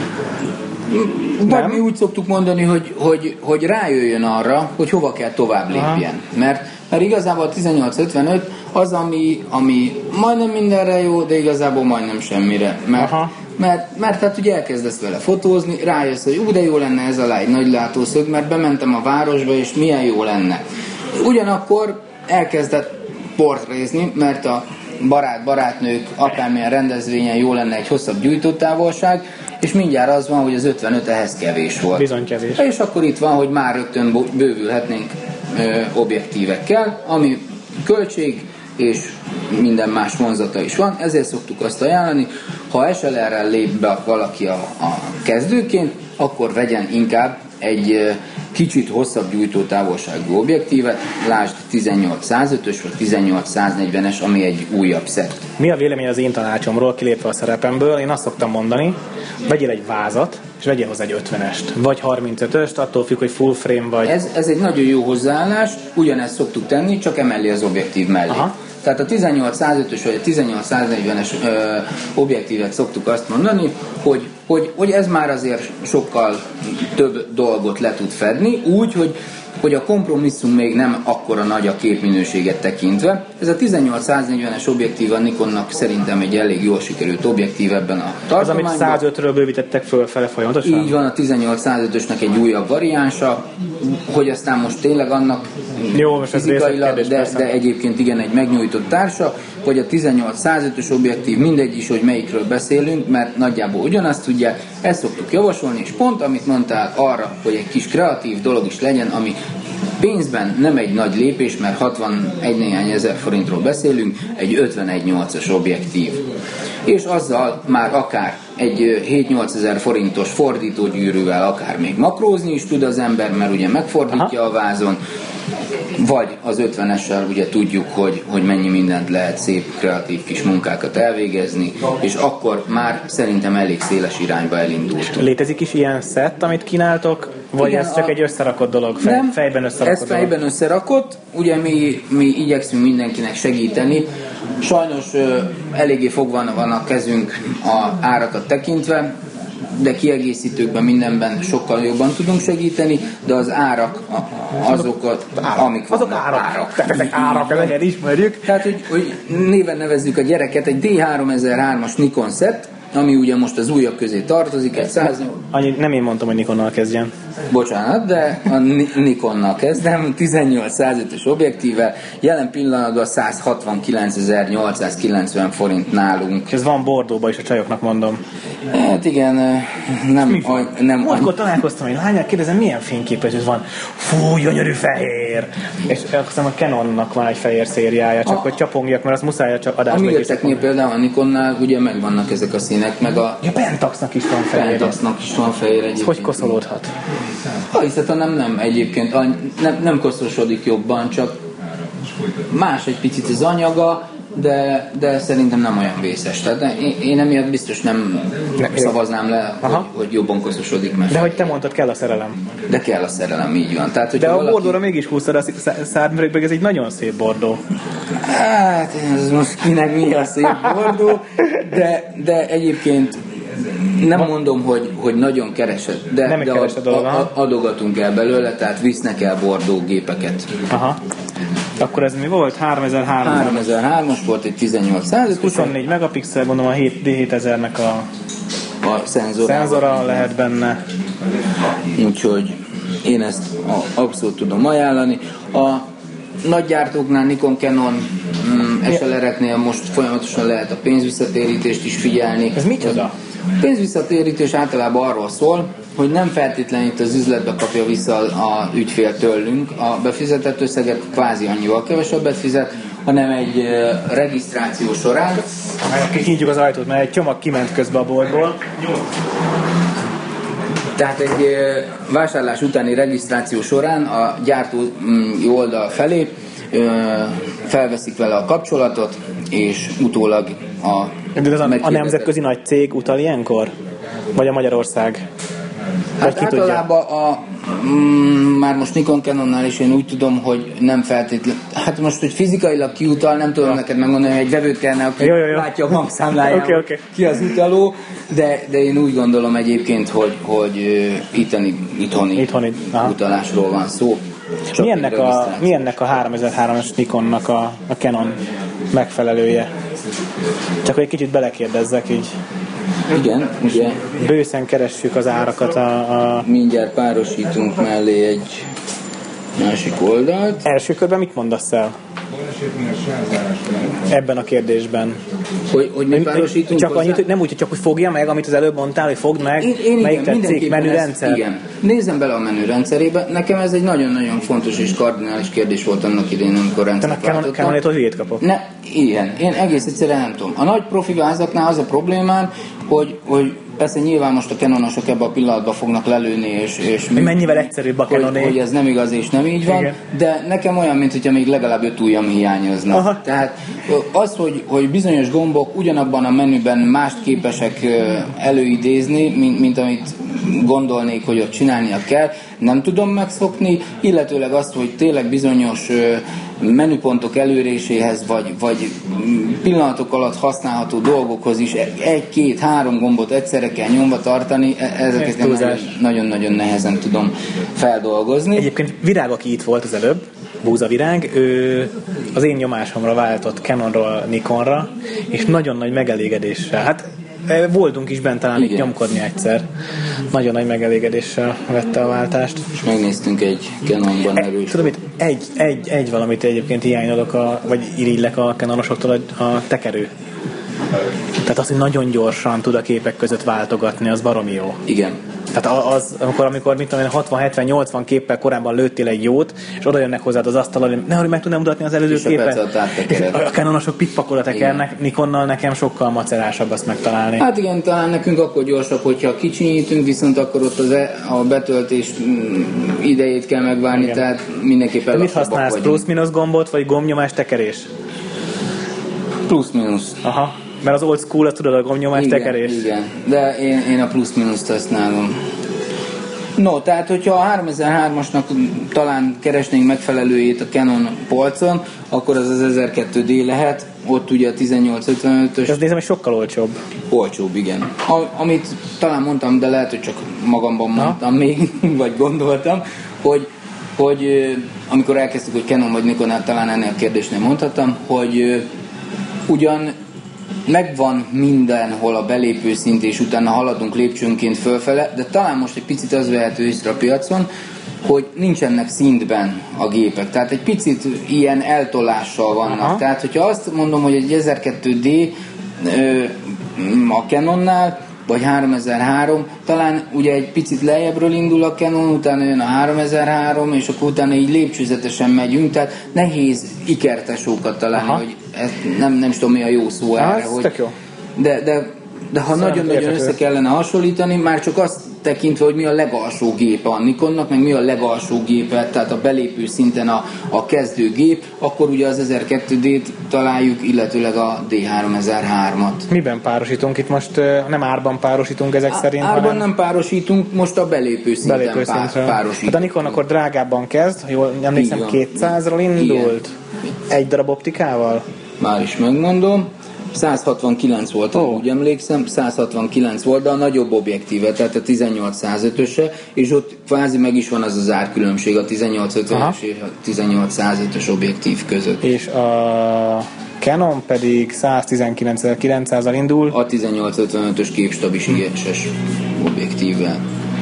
Vagy mi úgy szoktuk mondani, hogy, hogy, hogy rájöjjön arra, hogy hova kell tovább lépjen. Mert, mert igazából a tizennyolc ötvenöt az, ami, ami majdnem mindenre jó, de igazából majdnem semmire. Mert, mert, mert hát ugye elkezdesz vele fotózni, rájössz, hogy ú, de jó lenne ez alá egy nagy látószög, mert bementem a városba, és milyen jó lenne. Ugyanakkor elkezdett portrézni, mert a barát, barátnők, akármilyen rendezvényen jó lenne egy hosszabb gyújtótávolság, és mindjárt az van, hogy az ötvenöt ehhez kevés volt. Bizony kevés. És akkor itt van, hogy már rögtön bővülhetnénk ö, objektívekkel, ami költség és minden más vonzata is van, ezért szoktuk azt ajánlani, ha es el er-rel lép be valaki a, a kezdőként, akkor vegyen inkább egy kicsit hosszabb gyújtótávolságú objektívet, lásd tizennyolc százötös vagy tizennyolc száznegyvenes, ami egy újabb szett. Mi a vélemény az én tanácsomról, kilépve a szerepemből? Én azt szoktam mondani, vegyél egy vázat, és vegyél hozzá egy ötvenest, vagy harmincötöst, attól függ, hogy full frame vagy. Ez, ez egy nagyon jó hozzáállás, ugyanezt szoktuk tenni, csak emellé az objektív mellé. Aha. Tehát a tizennyolc százötös vagy a tizennyolc száznegyvenes ö, objektívet szoktuk azt mondani, hogy, hogy, hogy ez már azért sokkal több dolgot le tud fedni, úgy, hogy, hogy a kompromisszum még nem akkora nagy a képminőséget tekintve. Ez a tizennyolc száznegyvenes objektív a Nikonnak szerintem egy elég jól sikerült objektív ebben a tartományban. Az, amit százötről bővítettek fölfele folyamatosan? Így van, a tizennyolc százötösnek egy újabb variánsa, hogy aztán most tényleg annak jó, most fizikailag, de, de egyébként igen, egy megnyújtott társa, hogy a tizennyolc százötös objektív, mindegy is, hogy melyikről beszélünk, mert nagyjából ugyanazt tudják, ezt szoktuk javasolni, és pont amit mondtál arra, hogy egy kis kreatív dolog is legyen, ami pénzben nem egy nagy lépés, mert hatvanegy néhány ezer forintról beszélünk, egy ötvenegy nyolcas objektív. És azzal már akár egy hét-nyolc ezer forintos fordítógyűrűvel akár még makrózni is tud az ember, mert ugye megfordítja Aha. a vázon, vagy az ötvenessel ugye tudjuk, hogy, hogy mennyi mindent lehet szép, kreatív kis munkákat elvégezni, és akkor már szerintem elég széles irányba elindult. Létezik is ilyen szett, amit kínáltok, vagy igen, ez csak a... egy összerakott dolog? Fej, nem, fejben összerakott ez fejben dolog. összerakott, ugye mi, mi igyekszünk mindenkinek segíteni. Sajnos ö, eléggé fogva van a kezünk a árakat tekintve, de kiegészítőkben mindenben sokkal jobban tudunk segíteni, de az árak azokat, amik azok vannak, árak. árak. Tehát ezek árak, ezeket ismerjük. Tehát, hogy, hogy néven nevezzük a gyereket, egy dé háromezerhármas Nikon szett, ami ugye most az újabb közé tartozik, egy száz... Annyi, nem én mondtam, hogy Nikonnal kezdjen. Bocsánat, de a Nikonnal kezdem, tizennyolc százötös objektíve, jelen pillanatban száz hatvankilencezer-nyolcszázkilencven forint nálunk. Ez van Bordóban is, a csajoknak mondom. Hát igen, nem... A, nem Múltkor találkoztam egy lányát, kérdezem, milyen fényképező van? Fú, gyönyörű fehér! És aztán a Canonnak van egy fehér szériája, csak a, hogy csapongjak, mert az muszáj a adásba. A Mirteknél például a Nikonnál ugye megvannak ezek a színek, meg a... Ja, Pentaxnak is van fehér. Pentaxnak is van fehér egyébként. Hogy koszolódhat? Ha hiszem, nem, nem egyébként, nem, nem koszosodik jobban, csak más egy picit az anyaga, de, de szerintem nem olyan vészes. Tehát én, én emiatt biztos nem ne, szavaznám le, hogy, hogy jobban koszosodik. Meg. De hogy te mondtad, kell a szerelem. De kell a szerelem, így van. Tehát, de a valaki... bordóra mégis húztad a szárnyvörökből, ez egy nagyon szép bordó. Hát, ez most kinek mi a szép bordó, de, de egyébként nem mondom, hogy, hogy nagyon keresett, de, nem de ad, dolog, ad, adogatunk el belőle, tehát visznek el bordó gépeket. Aha. Akkor ez mi volt? háromezer-hármas háromezer-hármas volt, egy tizennyolc százötös. huszonnégy megapixel, gondolom a dé hétezernek a, a szenzora, szenzora lehet benne. Úgyhogy én ezt abszolút tudom ajánlani. A nagy gyártóknál, Nikon, Canon, mm, es el er-eknél most folyamatosan lehet a pénzvisszatérítést is figyelni. Ez micsoda? A pénzvisszatérítés általában arról szól, hogy nem feltétlenül itt az üzletbe kapja vissza a ügyfél tőlünk a befizetett összeget, kvázi annyival kevesebbet fizet, hanem egy regisztráció során. Kinyitjuk az ajtót, mert egy csomag kiment közben a boltból. Tehát egy vásárlás utáni regisztráció során a gyártó oldal felé felveszik vele a kapcsolatot, és utólag a... De az a, a nemzetközi nagy cég utal ilyenkor? Vagy a Magyarország? Hát általában a, mm, már most Nikon, Canonnál is én úgy tudom, hogy nem feltétlenül, hát most, hogy fizikailag kiutal, nem tudom ja. neked megmondani, hogy egy vevőt kellene, aki jó, jó, jó. látja a bankszámláján, okay, okay. ki az utaló, de, de én úgy gondolom egyébként, hogy, hogy itthoni, itthoni, itthoni utalásról van szó. Mi ennek, a, mi ennek a háromezer-hármas Nikonnak a, a Canon megfelelője? Csak hogy egy kicsit belekérdezzek így. Igen, ugye. Bőszen keressük az árakat a... a... Mindjárt párosítunk mellé egy másik oldalt. Első körben mit mondasz el? Ebben a kérdésben. Hogy, hogy mi párosítunk csak annyit, hogy nem úgy, hogy csak hogy fogja meg, amit az előbb mondtál, hogy fogd meg, én, én melyik igen, tetszik, menürendszer. Igen. Nézzem bele a menürendszerébe. Nekem ez egy nagyon-nagyon fontos és kardinális kérdés volt annak idején, amikor rendszert váltottam. Te meg hülyét kapok. Ne, igen. Én egész egyszerűen nem tudom. A nagy profi vázaknál az a problémám, hogy, hogy persze nyilván most a Canonosok ebben a pillanatban fognak lelőni, és, és mi, mennyivel egyszerűbb a Canoné. Hogy, hogy ez nem igaz és nem így van, igen. De nekem olyan, mint hogyha még legalább öt ujjam hiányozna. Aha. Tehát az, hogy, hogy bizonyos gombok ugyanabban a menüben mást képesek előidézni, mint, mint amit gondolnék, hogy ott csinálnia kell, nem tudom megszokni, illetőleg azt, hogy tényleg bizonyos menüpontok eléréséhez, vagy, vagy pillanatok alatt használható dolgokhoz is egy, két, három gombot egyszerre kell nyomva tartani, ezeket nagyon-nagyon nehezen tudom feldolgozni. Egyébként Virág, aki itt volt az előbb, Búza Virág, ő az én nyomásomra váltott Canonról Nikonra, és nagyon nagy megelégedéssel. Hát voltunk is bent talán itt nyomkodni egyszer. Nagyon nagy megelégedéssel vette a váltást. És megnéztünk egy Canonban erős. Tudom, itt egy, egy, egy valamit egyébként hiányolok, a, vagy irigylek a Canonosokktól, a, a tekerő. Tehát az, hogy nagyon gyorsan tud a képek között váltogatni, az baromi jó. Igen. Tehát az, amikor, amikor mit tudom én, hatvan hetven nyolcvan képpel korábban lőttél egy jót, és oda jönnek hozzád az asztalon, hogy nehogy meg tudnám mutatni az előző és képet. És a Canonosok pikpakola tekernek, Nikonnal nekem sokkal macerásabb azt megtalálni. Hát igen, talán nekünk akkor gyorsabb, hogyha kicsinyítünk, viszont akkor ott az e, a betöltés idejét kell megvárni, igen. Tehát mindenképpen mit használsz, plusz-minusz gombot, vagy gombnyomás tekerés? Plusz-minusz. Aha. Mert az old school, tudod, a gombnyomás igen, tekerés. Igen, de én, én a plusz-minuszt használom. No, tehát hogyha a háromezer-hármasnak talán keresnénk megfelelőjét a Canon polcon, akkor az az ezerkettő dé lehet, ott ugye a tizennyolc ötvenötös. Ezt nézem, hogy sokkal olcsóbb. Olcsóbb, igen. A, amit talán mondtam, de lehet, hogy csak magamban mondtam ha? még, vagy gondoltam, hogy, hogy amikor elkezdtük, hogy Canon vagy Nikon, talán ennél a kérdésnél mondhattam, hogy ugyan megvan mindenhol a belépő szint, és utána haladunk lépcsőnként fölfele, de talán most egy picit az vehető észre a piacon, hogy nincsenek szintben a gépek. Tehát egy picit ilyen eltolással vannak. Aha. Tehát, hogyha azt mondom, hogy egy ezerkettő dé a Canonnál, vagy háromezer-három, talán ugye egy picit lejjebbről indul a Canon, utána jön a háromezer-három, és akkor utána így lépcsőzetesen megyünk, tehát nehéz ikertesókat találni, aha. Hogy ezt nem, nem is tudom, mi a jó szó ha, erre, hogy de, de, de ha nagyon-nagyon össze kellene hasonlítani, már csak azt tekintve, hogy mi a legalsó gépe a Nikonnak, meg mi a legalsó gépe, tehát a belépő szinten a, a kezdő gép, akkor ugye az ezerkettő dét találjuk, illetőleg a dé háromezer-hármat. Miben párosítunk itt most? Nem árban párosítunk ezek a, szerint? Árban hanem nem párosítunk, most a belépő szinten belépő pár, párosítunk. Hát a Nikon akkor drágábban kezd, jól emlékszem, kétszázról indult. Igen. Egy darab optikával? Már is megmondom. száz hatvankilenc volt, oh. úgy emlékszem, száz hatvankilenc volt, de a nagyobb objektíve, tehát a tizennyolc száz ötöse, és ott kvázi meg is van az az árkülönbség a tizennyolc ötvenes és a tizennyolc száz ötös objektív között. És a Canon pedig száztizenkilencezer-kilencszázzal indul. A tizennyolc ötvenötös képstabis I S-es objektívvel.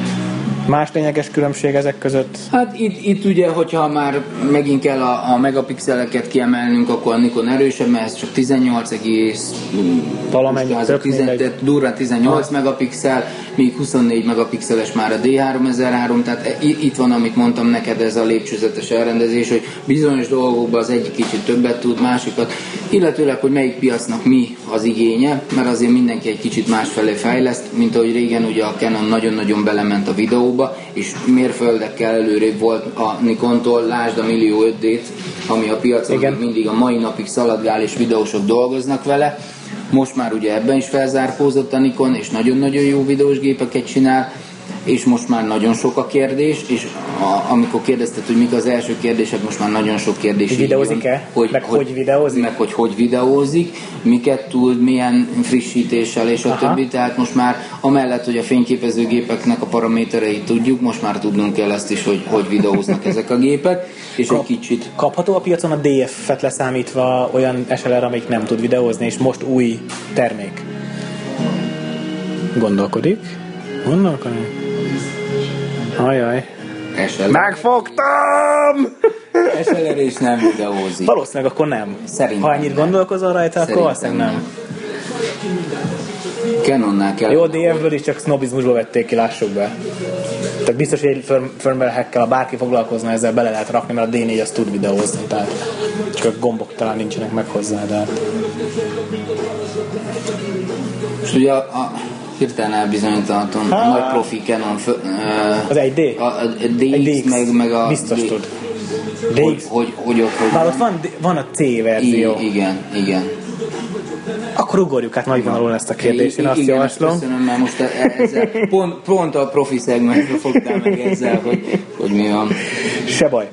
Más lényeges különbség ezek között? Hát itt, itt ugye, hogyha már megint kell a, a megapixeleket kiemelnünk, akkor a Nikon erősebb, mert ez csak tizennyolc egész valamennyi, durrán tizennyolc megapixel, míg huszonnégy megapixeles már a dé háromezer-három, tehát itt van, amit mondtam neked, ez a lépcsőzetes elrendezés, hogy bizonyos dolgokban az egyik kicsit többet tud, másikat, illetőleg, hogy melyik piacnak mi az igénye, mert azért mindenki egy kicsit másfelé fejleszt, mint ahogy régen ugye a Canon nagyon-nagyon belement a videóba, és mérföldekkel előrébb volt a Nikontól, lásd a millió öt dét, ami a piacon igen. mindig a mai napig szaladgál, és videósok dolgoznak vele. Most már ugye ebben is felzárkózott a Nikon, és nagyon-nagyon jó videós gépeket csinál, és most már nagyon sok a kérdés, és a, amikor kérdezted, hogy mik az első kérdések, most már nagyon sok kérdés. Videózik-e? Hogy, meg hogy, hogy videózik? Meg hogy hogy videózik, miket tud, milyen frissítéssel, és a többi. Tehát most már amellett, hogy a fényképezőgépeknek a paramétereit tudjuk, most már tudnunk kell ezt is, hogy hogy videóznak ezek a gépek, és Kap, egy kicsit... Kapható a piacon a dé ef-et leszámítva olyan es el er, amelyik nem tud videózni, és most új termék? Gondolkodik? Gondolkodik? Ajaj. es el er. Megfogtam! es el er és nem videózik. Valószínűleg akkor nem. Szerintem ha ennyit nem. gondolkozol rajta, akkor valószínűleg nem. nem. Canonnál kell. Jó, dé ef-ből is csak sznobizmusból vették ki, lássuk be. Tehát biztos, hogy egy firmware hackkel, ha bárki foglalkozna ezzel, bele lehet rakni, mert a dé négy azt tud videózni, tehát csak a gombok talán nincsenek meg hozzá, de... És ugye a, a hirtelen elbizonyítanaton a nagy profi Canon fő, uh, az egy dé? A, a dé iksz meg, meg a... Biztos D- tud. Hogy, hogy, hogy, hogy bár ott van, van a C verzió. I, igen, igen. Akkor ugorjuk át nagy vonalon ezt a kérdést, én azt igen, javaslom. Köszönöm, mert most ezzel, pont, pont a profi szegmensre fogtál meg ezzel, hogy, hogy mi van. Se baj.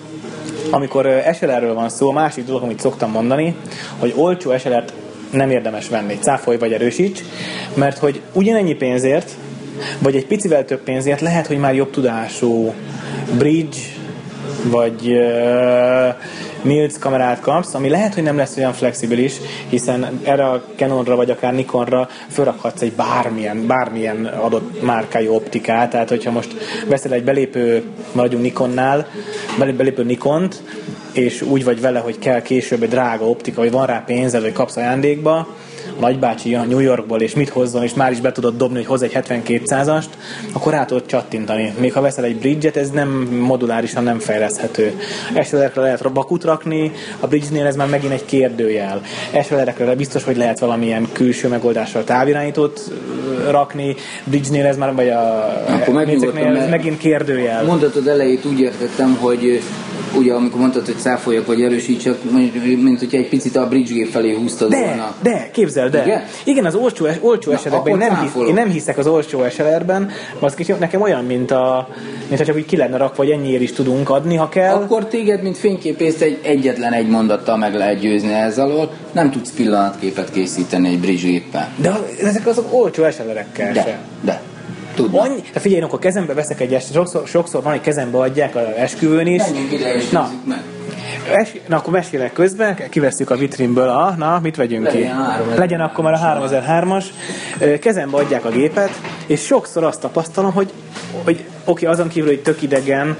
Amikor es el er-ről van szó, a másik dolog, amit szoktam mondani, hogy olcsó es el er-t nem érdemes venni, cáfolj vagy erősíts, mert hogy ugyanennyi pénzért, vagy egy picivel több pénzért lehet, hogy már jobb tudású bridge, vagy uh, Mills kamerát kapsz, ami lehet, hogy nem lesz olyan flexibilis, hiszen erre a Canonra, vagy akár Nikonra felrakhatsz egy bármilyen, bármilyen adott márkájú optikát, tehát hogyha most veszel egy belépő, maradjunk Nikonnál, belépő Nikont, és úgy vagy vele, hogy kell később egy drága optika, vagy van rá pénzed, vagy kapsz ajándékba, a nagybácsi jön New Yorkból, és mit hozzon, és már is be tudod dobni, hogy hoz egy hetvenkétszázast, akkor rá tudod csattintani. Még ha veszel egy bridge-et, ez nem modulárisan nem fejleszthető. es el er-ekre lehet bakut rakni, a bridge-nél ez már megint egy kérdőjel. es el er-ekre biztos, hogy lehet valamilyen külső megoldással távirányítót rakni, bridge-nél ez már, vagy a Mills-eknél ez megint kérdőjel. Mondatod elejét úgy értettem, hogy ugye amikor mondtad, hogy cáfoljak vagy erősítsek, mint hogyha egy picit a bridge gép felé húztad de, volna. De, képzeld el. Igen? Igen, az olcsó, olcsó es el er-ekben nem hisz, én nem hiszek az olcsó es el er-ben, az kicsit nekem olyan, mint a mint ha csak úgy ki lenne rakva, vagy ennyiért is tudunk adni, ha kell. Akkor téged, mint fényképészt egy egyetlen egy mondattal meg lehet győzni ez alól, nem tudsz pillanatképet készíteni egy bridge géppel. De ezek azok olcsó es el er-ekkel de, sem. De, Tudna. Annyi, de figyelj, akkor kezembe veszek egy est, sokszor, sokszor van, hogy kezembe adják az esküvőn is. Menjünk ide és na, meg. Es, na, akkor mesélek közben, kivesszük a vitrínből a, na, mit vegyünk Legyen ki? három, Legyen akkor már a háromezer-hármas. Kezembe adják a gépet, és sokszor azt tapasztalom, hogy, hogy oké, azon kívül, hogy tök idegen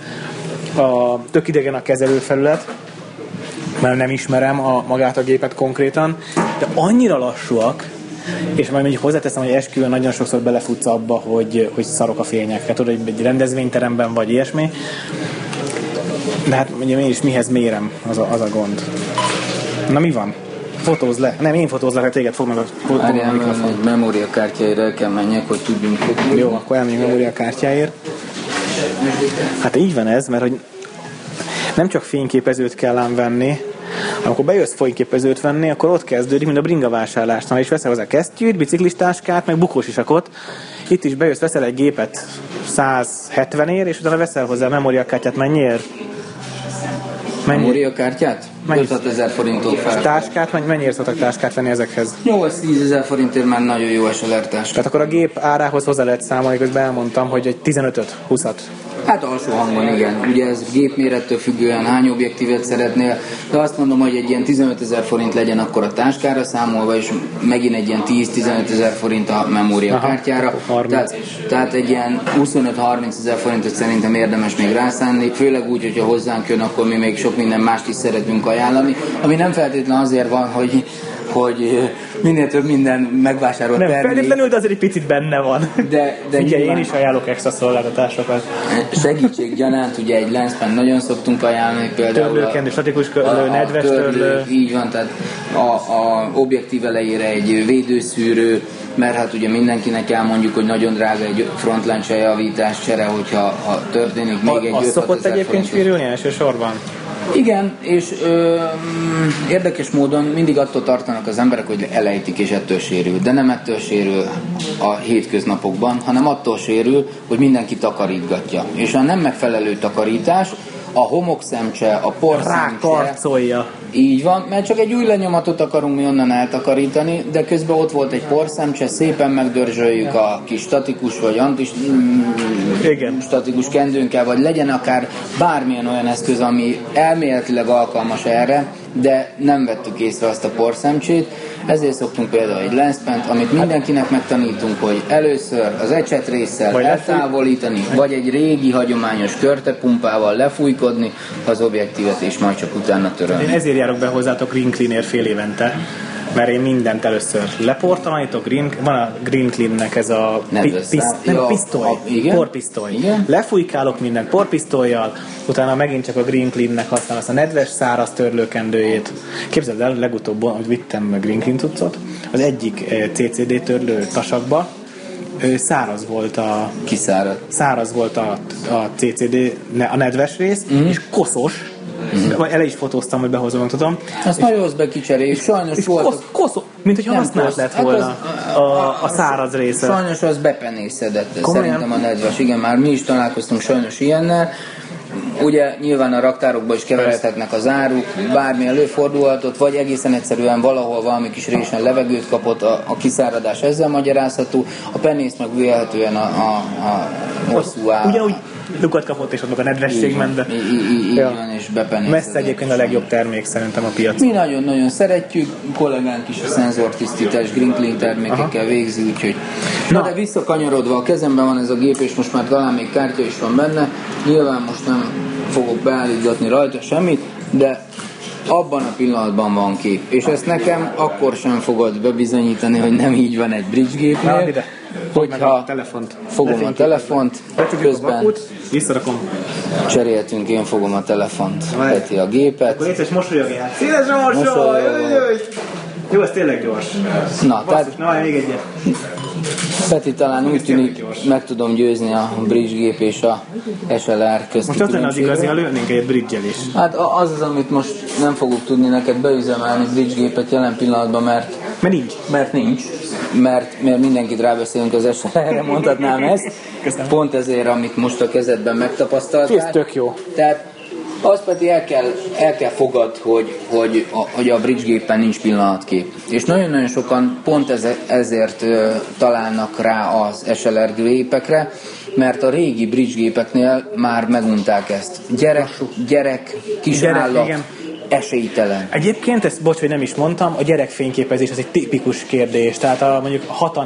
a, tök idegen a kezelőfelület, mert nem ismerem a, magát a gépet konkrétan, de annyira lassúak, és majd mondjuk hozzáteszem, hogy esküvőn nagyon sokszor belefutsz abba, hogy, hogy szarok a fények. Hát tudod, egy rendezvényteremben vagy ilyesmi. De hát mondjuk én is mihez mérem, az a, az a gond. Na mi van? Fotózz le. Nem, én fotózlak, hát téged fog meg a, fog Árján, a mikrofon. egy memóriakártyáért el kell menjek, hogy tudjunk fotózni. Jó, akkor elmegyünk memóriakártyáért. Hát így van ez, mert hogy nem csak fényképezőt kell ám venni, amikor bejössz fényképezőt venni, akkor ott kezdődik, mint a bringa vásárlásnál, és veszel hozzá kesztyűt, biciklistáskát, meg bukósisakot. Itt is bejössz, veszel egy gépet száz hetvenért, és utána veszel hozzá a memóriakártyát mennyiért? Mennyi? Memóriakártyát? ötszázezer forinttól fel. Táskát? Mennyiért szoktak táskát venni ezekhez? nyolc-tízezer forintért már nagyon jó es el er táska. Tehát akkor a gép árához hozzá lehet számolni, közben elmondtam, hogy egy tizenötöt, húszat. Hát alsó hangon, igen. Ugye ez gépmérettől függően hány objektívet szeretnél, de azt mondom, hogy egy ilyen tizenötezer forint legyen akkor a táskára számolva, és megint egy ilyen tíz-tizenötezer forint a memóriakártyára. Tehát, tehát egy ilyen huszonöt-harminc ezer forintot szerintem érdemes még rászánni, főleg úgy, hogyha hozzánk jön, akkor mi még sok minden mást is szeretünk ajánlani, ami nem feltétlen azért van, hogy hogy minél több minden megvásárolt nem, termék. feltétlenül, de azért egy picit benne van. De, de Figyelj, nyilván... én is ajánlok extra szolgáltatásokat. Segítséggyanánt ugye egy lenspen nagyon szoktunk ajánlani, például törlőkendő, statikus törlő, nedves törlő, törlő. Így van, tehát a, a objektív elejére egy védőszűrő, mert hát ugye mindenkinek elmondjuk, hogy nagyon drága egy frontláncsa javítás csere, hogyha ha történik még a, egy öt-hat ezer szokott egyébként sérülni elsősorban? Igen, és ö, érdekes módon mindig attól tartanak az emberek, hogy elejtik és ettől sérül. De nem ettől sérül a hétköznapokban, hanem attól sérül, hogy mindenki takarítgatja. És a nem megfelelő takarítás, a homokszemcse, a porszemcse... Rákarcolja. Így van, mert csak egy új lenyomatot akarunk mi onnan eltakarítani, de közben ott volt egy porszemcse, szépen megdörzsöljük a kis statikus vagy antis Igen. statikus kendőnkkel, vagy legyen akár bármilyen olyan eszköz, ami elméletileg alkalmas erre, de nem vettük észre azt a porszemcsét, ezért szoktunk például egy lenspen, amit mindenkinek megtanítunk, hogy először az ecset résszel vagy eltávolítani, lefúj... vagy egy régi hagyományos körtepumpával lefújkodni az objektívet, és majd csak utána törölni. Én ezért járok be hozzátok Green Cleaner fél évente, mert én mindent először leportalanítok, green, van a Green Clean-nek ez a pi, pis, nem, ja, pisztoly, a, igen, porpisztoly. Igen. Lefújkálok mindent porpisztollyal, utána megint csak a Green Clean-nek használom azt a nedves száraz törlőkendőjét. Képzeld el, legutóbb, hogy vittem Green Clean cuccot, az egyik cé cé dé törlő tasakba, száraz volt a... Kiszárad. Száraz volt a, a cé cé dé, a nedves rész, mm. és koszos. Mm-hmm. Ele is fotóztam, hogy behozom, tudom. Azt nagyon rossz be kicserélés, sajnos és volt. Kosz, kosz, mint hogyha használt lett volna hát az, a, a, a száraz része. Sajnos az bepenészedett, szerintem a nedves. Igen, már mi is találkoztunk sajnos ilyennel. Ugye nyilván a raktárokban is keveredhetnek az áruk, bármi előfordulhatott, vagy egészen egyszerűen valahol valami kis résen levegőt kapott, a, a kiszáradás ezzel magyarázható, a penész meg vélhetően a, a, a hosszú ár. Ugyanúgy lukat kapott, és ott a nedvesség ment be. Így ja. van, és bepenészedett. Messze egyébként a legjobb termék szerintem a piacon. Mi nagyon-nagyon szeretjük, kollégánk is a szenzortisztítás Green Clean termékekkel Aha. végzi, úgyhogy... Na, Na de visszakanyarodva, a kezemben van ez a gép, és most már talán még kártya is van benne. Nyilván most nem fogok beállítgatni rajta semmit, de abban a pillanatban van kép. És ezt nekem akkor sem fogod bebizonyítani, hogy nem így van egy bridge gépnél. Hogyha a telefont. fogom a telefont, közben visszarakom. Cseréltünk, én fogom a telefont, Peti a gépet. Akkor létszes mosolyogjál. Szélesen mosolyog! Jó, ez tényleg gyors. Na, Basszus, tehát... Na, még egyet. Peti talán úgy tűnik, meg tudom győzni a bridge gép és a es el er közti Most ott lenne az igazi, ha lőnénk egy bridge-el is. Hát az az, amit most nem fogok tudni neked beüzemelni bridge gépet jelen pillanatban, mert... Mert nincs. Mert nincs. Mert, mert mindenkit rábeszélünk az es el erre, mondhatnám ezt. Köszönöm. Pont ezért, amit most a kezedben megtapasztaltál. Ez tök jó. Tehát azt pedig el kell, el kell fogad, hogy, hogy, a, hogy a bridge gépen nincs pillanatkép. És nagyon-nagyon sokan pont ezért uh, találnak rá az es el er gépekre, mert a régi bridge gépeknél már megunták ezt. Gyerek, gyerek, kis gyerek, állat, igen. Esélytelen. Egyébként, ezt bocs, hogy nem is mondtam, a gyerekfényképezés az egy tipikus kérdés. Tehát a, mondjuk hatan,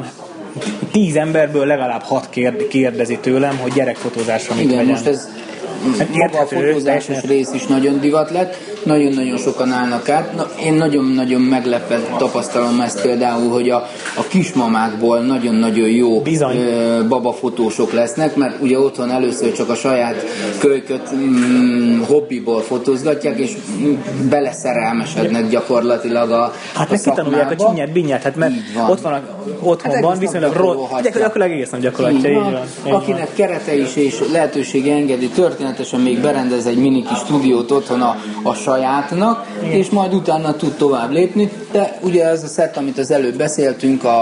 tíz emberből legalább hat kérdezi tőlem, hogy gyerekfotózásra mit Igen, vegyem. most ez maga a fotózásos rész is nagyon divat lett, nagyon-nagyon sokan állnak át. Na, én nagyon-nagyon meglepett tapasztalom ezt például, hogy a, a kismamákból nagyon-nagyon jó ö, babafotósok lesznek, mert ugye otthon először csak a saját kölyköt mm, hobbiból fotózgatják, és beleszerelmesednek gyakorlatilag a, hát a meg kitanulják a csinyát, binyát, hát mert ott van a, otthonban hát viszonylag rossz, gyakorlatilag egész nem gyakorlatja. Így van. Így Akinek van. Kerete is és lehetősége engedi, történetesen még berendez egy mini kis stúdiót otthon a, a sajátnak, igen. És majd utána tud tovább lépni, de ugye ez a szett, amit az előbb beszéltünk, a,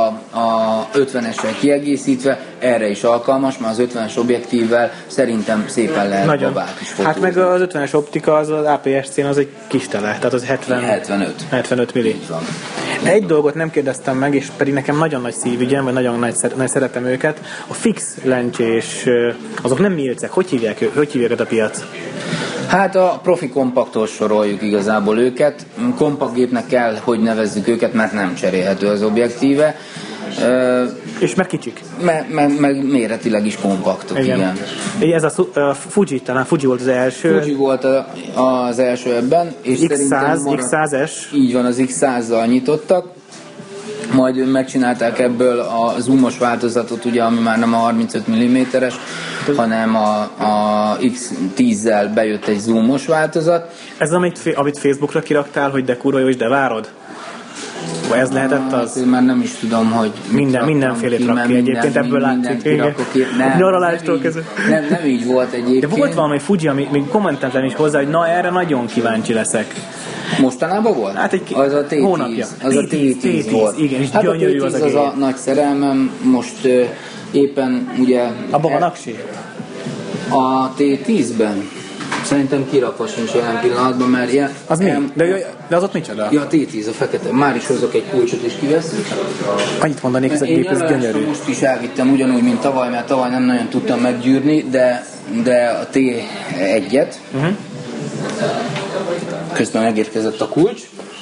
a ötvenessel kiegészítve, erre is alkalmas, mert az ötvenes objektívvel szerintem szépen lehet Nagyon. babát is fotózni. Hát meg az ötvenes optika, az az á pé es cén az egy kis tele, tehát az hetven, hetvenöt. hetvenöt milli. Egy dolgot nem kérdeztem meg, és pedig nekem nagyon nagy szívügyem, vagy nagyon nagy, nagy szeretem őket, a fix lencsés, azok nem milcek, hogy hívják, hogy hívják őket a piac? Hát a profi kompaktól soroljuk igazából őket. Kompakt gépnek kell, hogy nevezzük őket, mert nem cserélhető az objektíve. Uh, és mert kicsik. Meg me, me, méretileg is kompaktok, igen. igen. Ez a, a Fuji, talán Fuji volt az első. Fuji volt a, az első ebben. És iksz száz, iksz százas. Így van, az iksz százzal nyitottak. Majd megcsinálták ebből a zoomos változatot, ugye, ami már nem a harmincöt milliméteres, hanem a, a iksz tízzel bejött egy zoomos változat. Ez amit, amit Facebookra kiraktál, hogy de kurva jó, és de várod? Vagy ez lehetett az? Én már nem is tudom, hogy... Minden, mindenfélét rak ki egyébként, ebből látszik. Nyaralástól kezdve. Nem, nem így volt egyébként. De volt valami Fuji, ami még kommenteltem is hozzá, hogy na erre nagyon kíváncsi leszek. Mostanában volt? Hát egy az a té tíz. Hónapja. Az a té tíz volt. Igen, és hát gyönyörű az a a az a nagy szerelmem. Most uh, éppen ugye... Abban van aksi? A té tízben. Szerintem kirakva sincs jelen pillanatban, mert ilyen... Az mi? De, de az ott micsoda? Ja, a té tíz, a fekete. Már is hozok egy kulcsot és kiveszünk. Annyit mondanék, ez a gép, ez gyönyörű. Most is elvittem ugyanúgy, mint tavaly, mert tavaly nem nagyon tudtam meggyűrni, de, de a té egyet. Uh-huh. közben megérkezett a kulcs,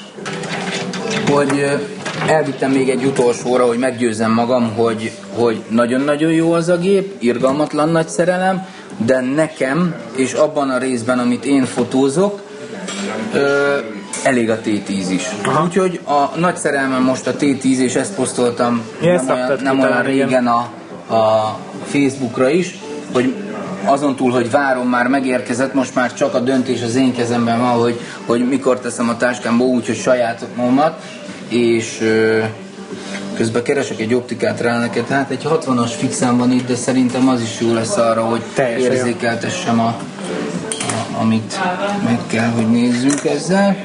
hogy elvittem még egy utolsóra, hogy meggyőzzem magam, hogy, hogy nagyon-nagyon jó az a gép, irgalmatlan nagy szerelem, de nekem, és abban a részben, amit én fotózok, ö, elég a té tíz is. Úgyhogy a nagy szerelmem most a té tíz, és ezt posztoltam yes, nem olyan, nem olyan régen a, a Facebookra is, hogy azon túl, hogy várom, már megérkezett, most már csak a döntés az én kezemben van, hogy, hogy mikor teszem a táskámba úgy, hogy sajátomat, és ö, közben keresek egy optikát rá neked, hát egy hatvanas fixám van itt, de szerintem az is jó lesz arra, hogy teljesen érzékeltessem, a, a, amit meg kell, hogy nézzünk ezzel.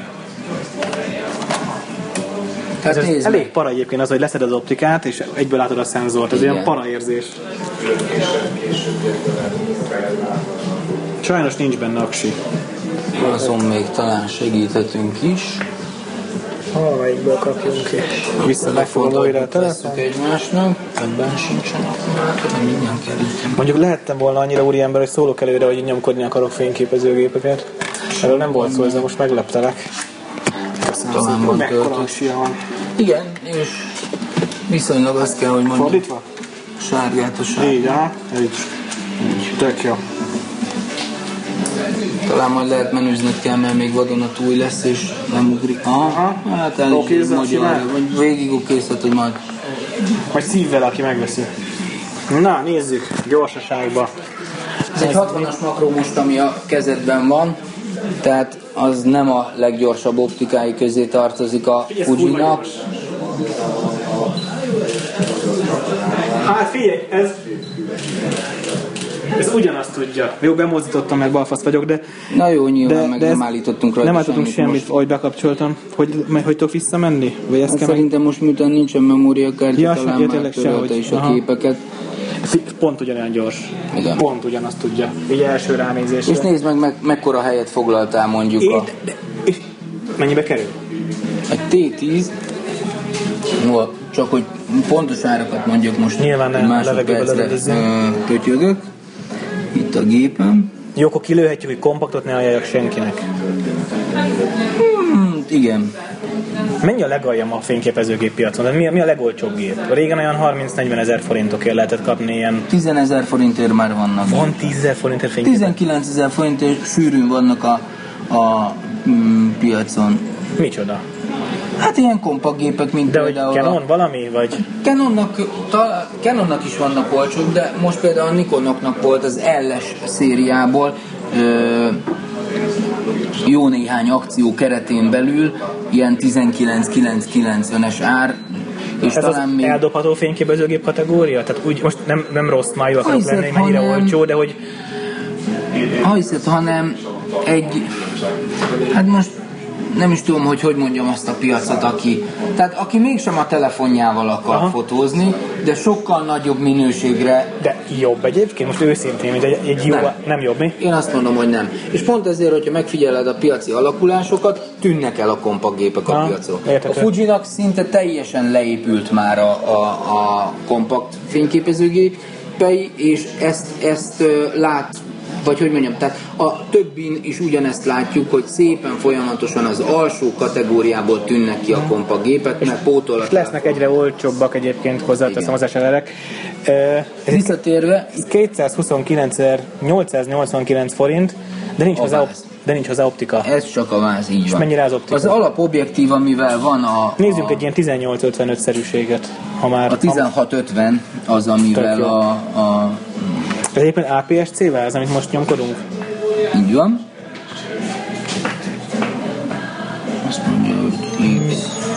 Tehát ez nézd elég para egyébként az, hogy leszed az optikát, és egyből látod a szenzort, ez olyan para érzés. Sajnos nincs benne aksi. Azon még talán segíthetünk is. Valamelyikből kapjunk ki. Vissza megfogom újra a telefon. Egymásnak, ebben sincsen akkumulátor, de minden kerítem. Mondjuk lehettem volna annyira úriember, hogy szólok előre, hogy nyomkodni akarok fényképezőgépeket. Erről nem volt szó, ezzel most megleptelek. Talán van töltős. Igen, és viszonylag azt kell, hogy mondjam. Fordítva? Sárgát a sárgát. Így, aha, így. Így. Tök jó. Talán majd lehet menüznöd kell, mert még vadonatúj lesz, és nem ugrik. Aha, hát elég magyar, vagy végig okészhet, hogy majd... Vagy szívvel, aki megveszi. Na, nézzük, gyorsaságba. Ez egy hatvanas makró most, ami a kezedben van, tehát az nem a leggyorsabb optikái közé tartozik a Fujinak. Hát figyelj, ez... Ez ugyanazt tudja. Jó, bemozdítottam, mert balfasz vagyok, de... Na jó, nyilván de, meg de nem állítottunk rajta Nem állítottunk semmit, semmit ahogy bekapcsoltam. Hogy, hogy tudok visszamenni? Vagy ezt hát kell szerintem meg... most miután nincsen memóriakártya, ja, talán már törölte is a képeket. Pont ugyanolyan gyors. Igen. Pont ugyanazt tudja. Így első ránézésre. És nézd meg, meg mekkora helyet foglaltál mondjuk Én, a... De, és mennyibe kerül? Egy té tíz, no, csak hogy pontos árakat mondjuk most nyilván nem, másodpercre pötyögök. Itt a gépem. Jó, akkor kilőhetjük, hogy kompaktot ne ajánljak senkinek. Hmm, igen. Mennyi a legaljam a fényképezőgép piacon? Mi, mi a legolcsóbb gép? Régen olyan harminc-negyven ezer forintokért lehetett kapni ilyen... tízezer forintért már vannak. Van tízezer forintért fényképező? tizenkilencezer forintért sűrűn vannak a, a mm, piacon. Micsoda? Hát ilyen kompakt gépek, mint de például... De Canon valami, vagy? Canonnak, ta, Canonnak is vannak olcsók, de most például a Nikonoknak volt az el-es szériából ö, jó néhány akció keretén belül ilyen tizenkilenc-kilencszázkilencvenes ár. És ez talán az még... eldobható fényképezőgép kategória? Tehát úgy most nem, nem rossz májú akarok hiszed, lenni, mennyire hanem... olcsó, de hogy... Ha hiszed, hanem egy... Hát most nem is tudom, hogy hogy mondjam azt a piacot, aki... Tehát aki mégsem a telefonjával akar aha. fotózni, de sokkal nagyobb minőségre... De jobb egyébként? Most őszintén, mint egy, egy jó... Nem. nem jobb, mi? Én azt mondom, hogy nem. És pont ezért, hogyha megfigyeled a piaci alakulásokat, tűnnek el a kompakt gépek a piacon. A Fujinak szinte teljesen leépült már a, a, a kompakt fényképezőgépei, és ezt, ezt uh, lát... Vagy hogy mondjam, tehát a többin is ugyanezt látjuk, hogy szépen folyamatosan az alsó kategóriából tűnnek ki a kompakt gépek, mert pótolnak. És lesznek egyre olcsóbbak egyébként, hozzáteszem az es el er-ek. Uh, Visszatérve... kétszázhuszonkilencezer-nyolcszáznyolcvankilenc forint, de nincs, hozzá, de nincs hozzá optika. Ez csak a váz, így és van. mennyire az optika? Az alapobjektív, amivel van a... Nézzünk a, egy ilyen tizennyolc ötvenöt-szerűséget. Ha már, a tizenhat ötven az, amivel a... a ez egyébként á pé es cé-vel, az, amit most nyomkodunk? Így van. Azt mondja, hogy itt...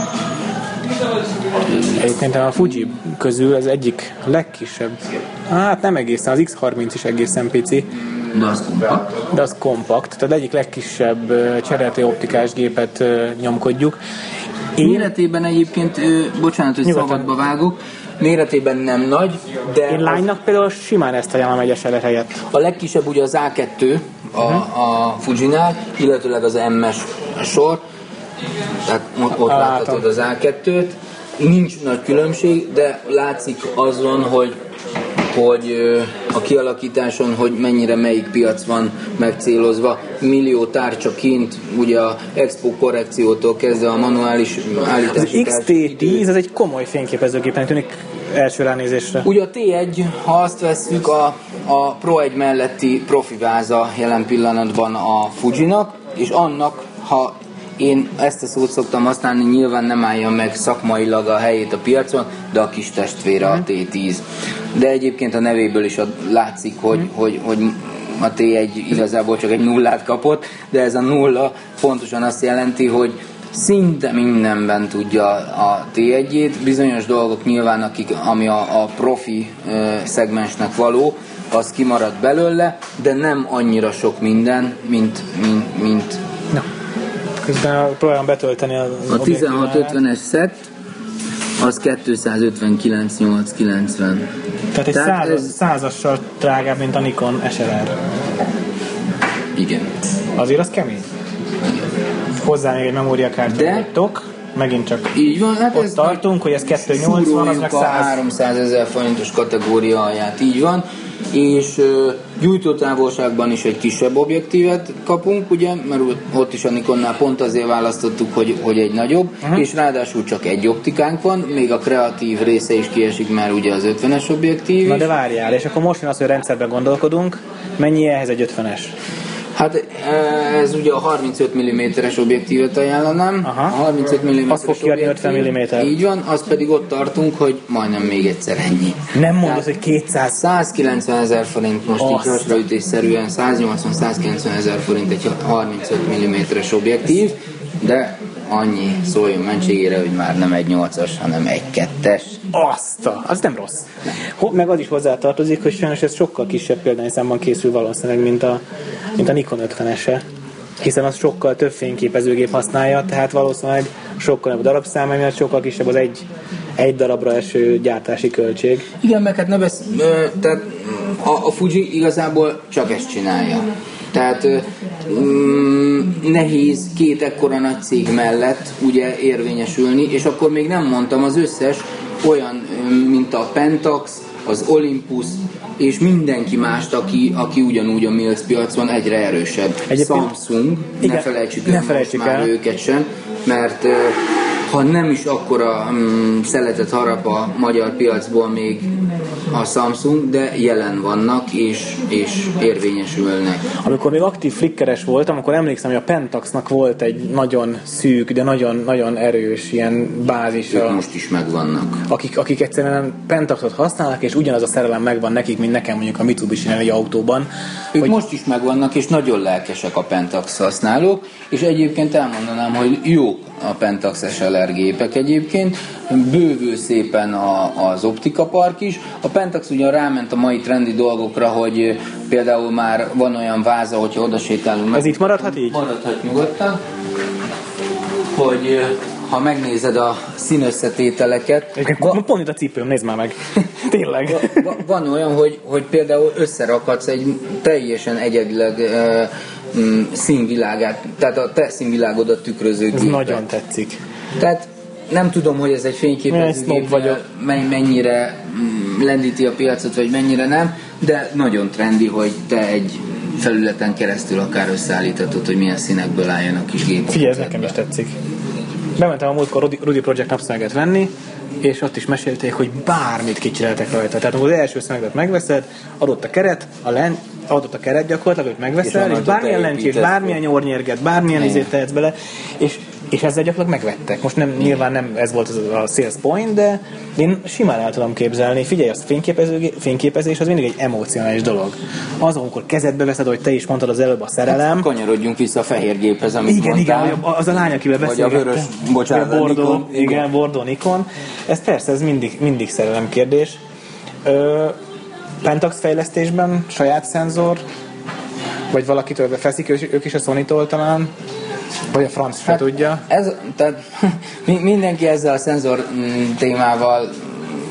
Egyébként a Fuji közül az egyik legkisebb. Hát nem egészen, az iksz harminc is egészen pici. De az kompakt. De az kompakt. Tehát egyik legkisebb cserélhető optikás gépet nyomkodjuk. Én... Méretében egyébként, bocsánat, hogy nyugodtan szabadba vágok, méretében nem nagy, de... Én lánynak például simán ezt ajánlom egy es el er helyett. A legkisebb ugye az á kettő a, uh-huh. a Fujinál, illetőleg az em-es sor, tehát ott, ott láthatod az á kettőt. Nincs nagy különbség, de látszik azon, hogy hogy a kialakításon, hogy mennyire melyik piac van megcélozva, millió tárcsa kint, ugye a Expo korrekciótól kezdve a manuális állítási. Az iksz té tíz, ez egy komoly fényképezőgépnek tűnik első ránézésre. Ugye a té egy, ha azt vesszük, a, a Pro egy melletti profi váza jelen pillanatban a Fujinak, és annak, ha én ezt a szót szoktam használni, nyilván nem állja meg szakmailag a helyét a piacon, de a kis testvére a té tíz. De egyébként a nevéből is látszik, hogy, mm. hogy, hogy a té egy igazából csak egy nullát kapott, de ez a nulla pontosan azt jelenti, hogy szinte mindenben tudja a té egyét, bizonyos dolgok nyilván, akik, ami a, a profi ö, szegmensnek való, az kimarad belőle, de nem annyira sok minden, mint, mint, mint no. Közben próbálom betölteni az a tizenhat ötvenes szett, az kétszázötvenkilenc nyolcszázkilencven. Tehát egy Tehát százas, ez... százassal drágább, mint a Nikon es el er. Igen. Azért az kemény. Hozzá még egy memóriakártya vagytok, megint csak így van, hát ott tartunk, hogy ez kétszáznyolcvan, az meg száz. háromszázezer forintos kategória alját, így van. És uh, gyújtótávolságban is egy kisebb objektívet kapunk, ugye, mert ott is a Nikonnál pont azért választottuk, hogy, hogy egy nagyobb, uh-huh. és ráadásul csak egy optikánk van, még a kreatív része is kiesik már ugye az ötvenes objektív. Na de várjál, és akkor most jön az, hogy rendszerben gondolkodunk, mennyi ehhez egy ötvenes? Hát ez ugye a harmincöt milliméteres objektívet ajánlanám. Aha. A harmincöt milliméteres az fog kiadni ötven milliméter. Így van, az pedig ott tartunk, hogy majdnem még egyszer ennyi. Nem mondod, hogy kétszáz? százkilencven ezer forint most így hasraütésszerűen, száznyolcvan-százkilencven ezer forint egy harmincöt milliméteres objektív, de annyi szóljon mentségére, hogy már nem egy nyolcas, hanem egy kettes. Azt, az nem rossz. Nem. Meg az is hozzátartozik, hogy sajnos ez sokkal kisebb példányszámban készül valószínűleg, mint a, mint a Nikon ötvenese. Hiszen az sokkal több fényképezőgép használja, tehát valószínűleg sokkal nagyobb darabszáma, miatt sokkal kisebb az egy, egy darabra eső gyártási költség. Igen, meg hát ne besz... tehát a, a Fuji igazából csak ezt csinálja. Tehát mm, nehéz két ekkora nagy cég mellett ugye érvényesülni, és akkor még nem mondtam az összes olyan, mint a Pentax, az Olympus, és mindenki mást, aki, aki ugyanúgy a Mills piacon egyre erősebb. Egyébként, Samsung, igen, ne felejtsük, ne felejtsük el már őket sem, mert ha nem is akkora um, szeletet harap a magyar piacból még a Samsung, de jelen vannak és, és érvényesülnek. Amikor még aktív flickeres voltam, akkor emlékszem, hogy a Pentaxnak volt egy nagyon szűk, de nagyon, nagyon erős ilyen bázisa. Ők most is megvannak. Akik, akik egyszerűen Pentaxot használnak, és ugyanaz a szerelem megvan nekik, mint nekem mondjuk a Mitsubishi-nél egy autóban. Ők hogy... most is megvannak, és nagyon lelkesek a Pentax használók, és egyébként elmondanám, hogy jó a Pentax es el er gépek egyébként, bővül szépen a, az optikapark is. A Pentax ugyan ráment a mai trendi dolgokra, hogy például már van olyan váza, hogyha oda sétálunk meg. Ez itt maradhat így? Maradhat nyugodtan, hogy ha megnézed a színösszetételeket... Va- pont itt a cipőm, nézd már meg. Tényleg. Va- van olyan, hogy, hogy például összerakhatsz egy teljesen egyedileg uh, um, színvilágát, tehát a te színvilágodat tükröző gépet. Ez nagyon tetszik. Tehát nem tudom, hogy ez egy fényképezőgép mennyire lendíti a piacot, vagy mennyire nem, de nagyon trendi, hogy te egy felületen keresztül akár összeállíthatod, hogy milyen színekből álljon a kis gép. Figyelj, ez nekem is tetszik. Bementem a múltkor Rudy Project napszöveget venni, és ott is mesélték, hogy bármit kicsináltak rajta. Tehát az első szöveget megveszed, adott a keret, a len, adott a keret gyakorlatilag, hogy megveszel, és, és bármilyen lencsét, bármilyen nyórnyérget, bármilyen izét tehetsz bele, és és ezzel gyakorlatilag megvettek. Most nem, nyilván nem ez volt a sales point, de én simán el tudom képzelni. Figyelj, az fényképezés az mindig egy emocionális dolog. Az, amikor kezedbe veszed, hogy te is mondtad az előbb a szerelem. Hát, kanyarodjunk vissza a fehér géphez, amit igen, mondtál. Igen, az a lány, akivel beszélgettem. Vagy a vörös, bocsánat, a Bordeaux, Nikon. Igen, Bordeaux Nikon. Ez persze, ez mindig, mindig szerelem kérdés. Ö, Pentax fejlesztésben saját szenzor, vagy valakitől feszik, ők is a Sony-tól talán. Vagy a franc se hát tudja. Ez, tehát mindenki ezzel a szenzor témával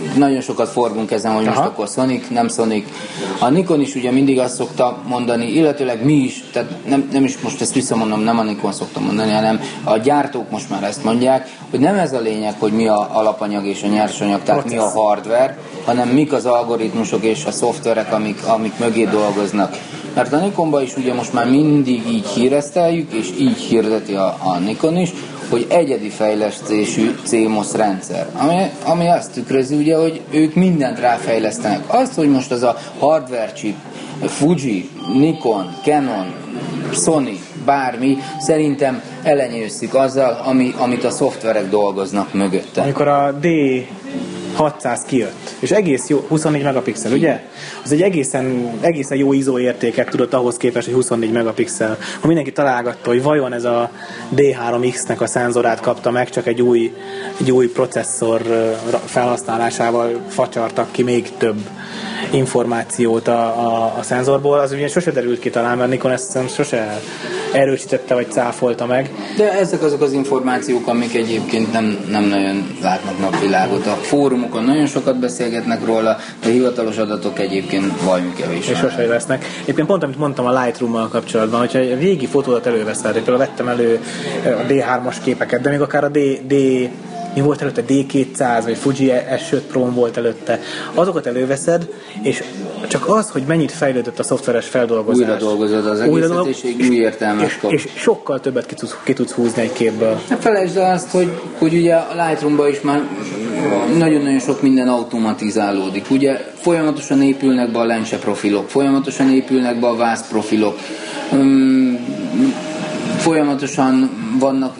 nagyon sokat forgunk ezen, hogy Aha. most akkor Sonic, nem Sonic. A Nikon is ugye mindig azt szokta mondani, illetőleg mi is, tehát nem, nem is most ezt visszamondom, nem a Nikon szoktam mondani, hanem a gyártók most már ezt mondják, hogy nem ez a lényeg, hogy mi a alapanyag és a nyersanyag, tehát Process. Mi a hardware, hanem mik az algoritmusok és a szoftverek, amik, amik mögé dolgoznak. Mert a Nikonban is ugye most már mindig így híreszteljük, és így hirdeti a, a Nikon is, hogy egyedi fejlesztésű cé em o es rendszer, ami, ami azt tükrözi ugye, hogy ők mindent ráfejlesztenek. Azt, hogy most az a hardware chip, Fuji, Nikon, Canon, Sony, bármi, szerintem elenyőszik azzal, ami, amit a szoftverek dolgoznak mögötte. Amikor a D hatszáz kijött, és egész jó, huszonnégy megapixel, ugye? Az egy egészen, egészen jó I S O értéket tudott ahhoz képest, hogy huszonnégy megapixel. Ha mindenki találgatta, hogy vajon ez a D három X-nek a szenzorát kapta meg, csak egy új, egy új processzor felhasználásával facsartak ki még több információt a, a, a szenzorból, az ugye sose derült ki talán, mert Nikon ezt sose erősítette, vagy cáfolta meg. De ezek azok az információk, amik egyébként nem, nem nagyon látnak napvilágot. A fórumokon nagyon sokat beszélgetnek róla, de hivatalos adatok egyébként valami kevés. És sose lesznek. Egyébként pont, amit mondtam a Lightroom-mal kapcsolatban, hogyha a régi fotódat előveszed, például vettem elő a D hármas képeket, de még akár a D, D mi volt előtte, D kétszáz, vagy Fuji S öt Pro volt előtte. Azokat előveszed, és csak az, hogy mennyit fejlődött a szoftveres feldolgozás. Újra dolgozod az egészet, dolg... és egy új értelmes kap. És, és sokkal többet ki tudsz, ki tudsz húzni egy képből. Ne felejtsd el azt, hogy, hogy ugye a Lightroom-ban is már nagyon-nagyon sok minden automatizálódik. Ugye folyamatosan épülnek be a lencse profilok, folyamatosan épülnek be a váz profilok, um, folyamatosan vannak,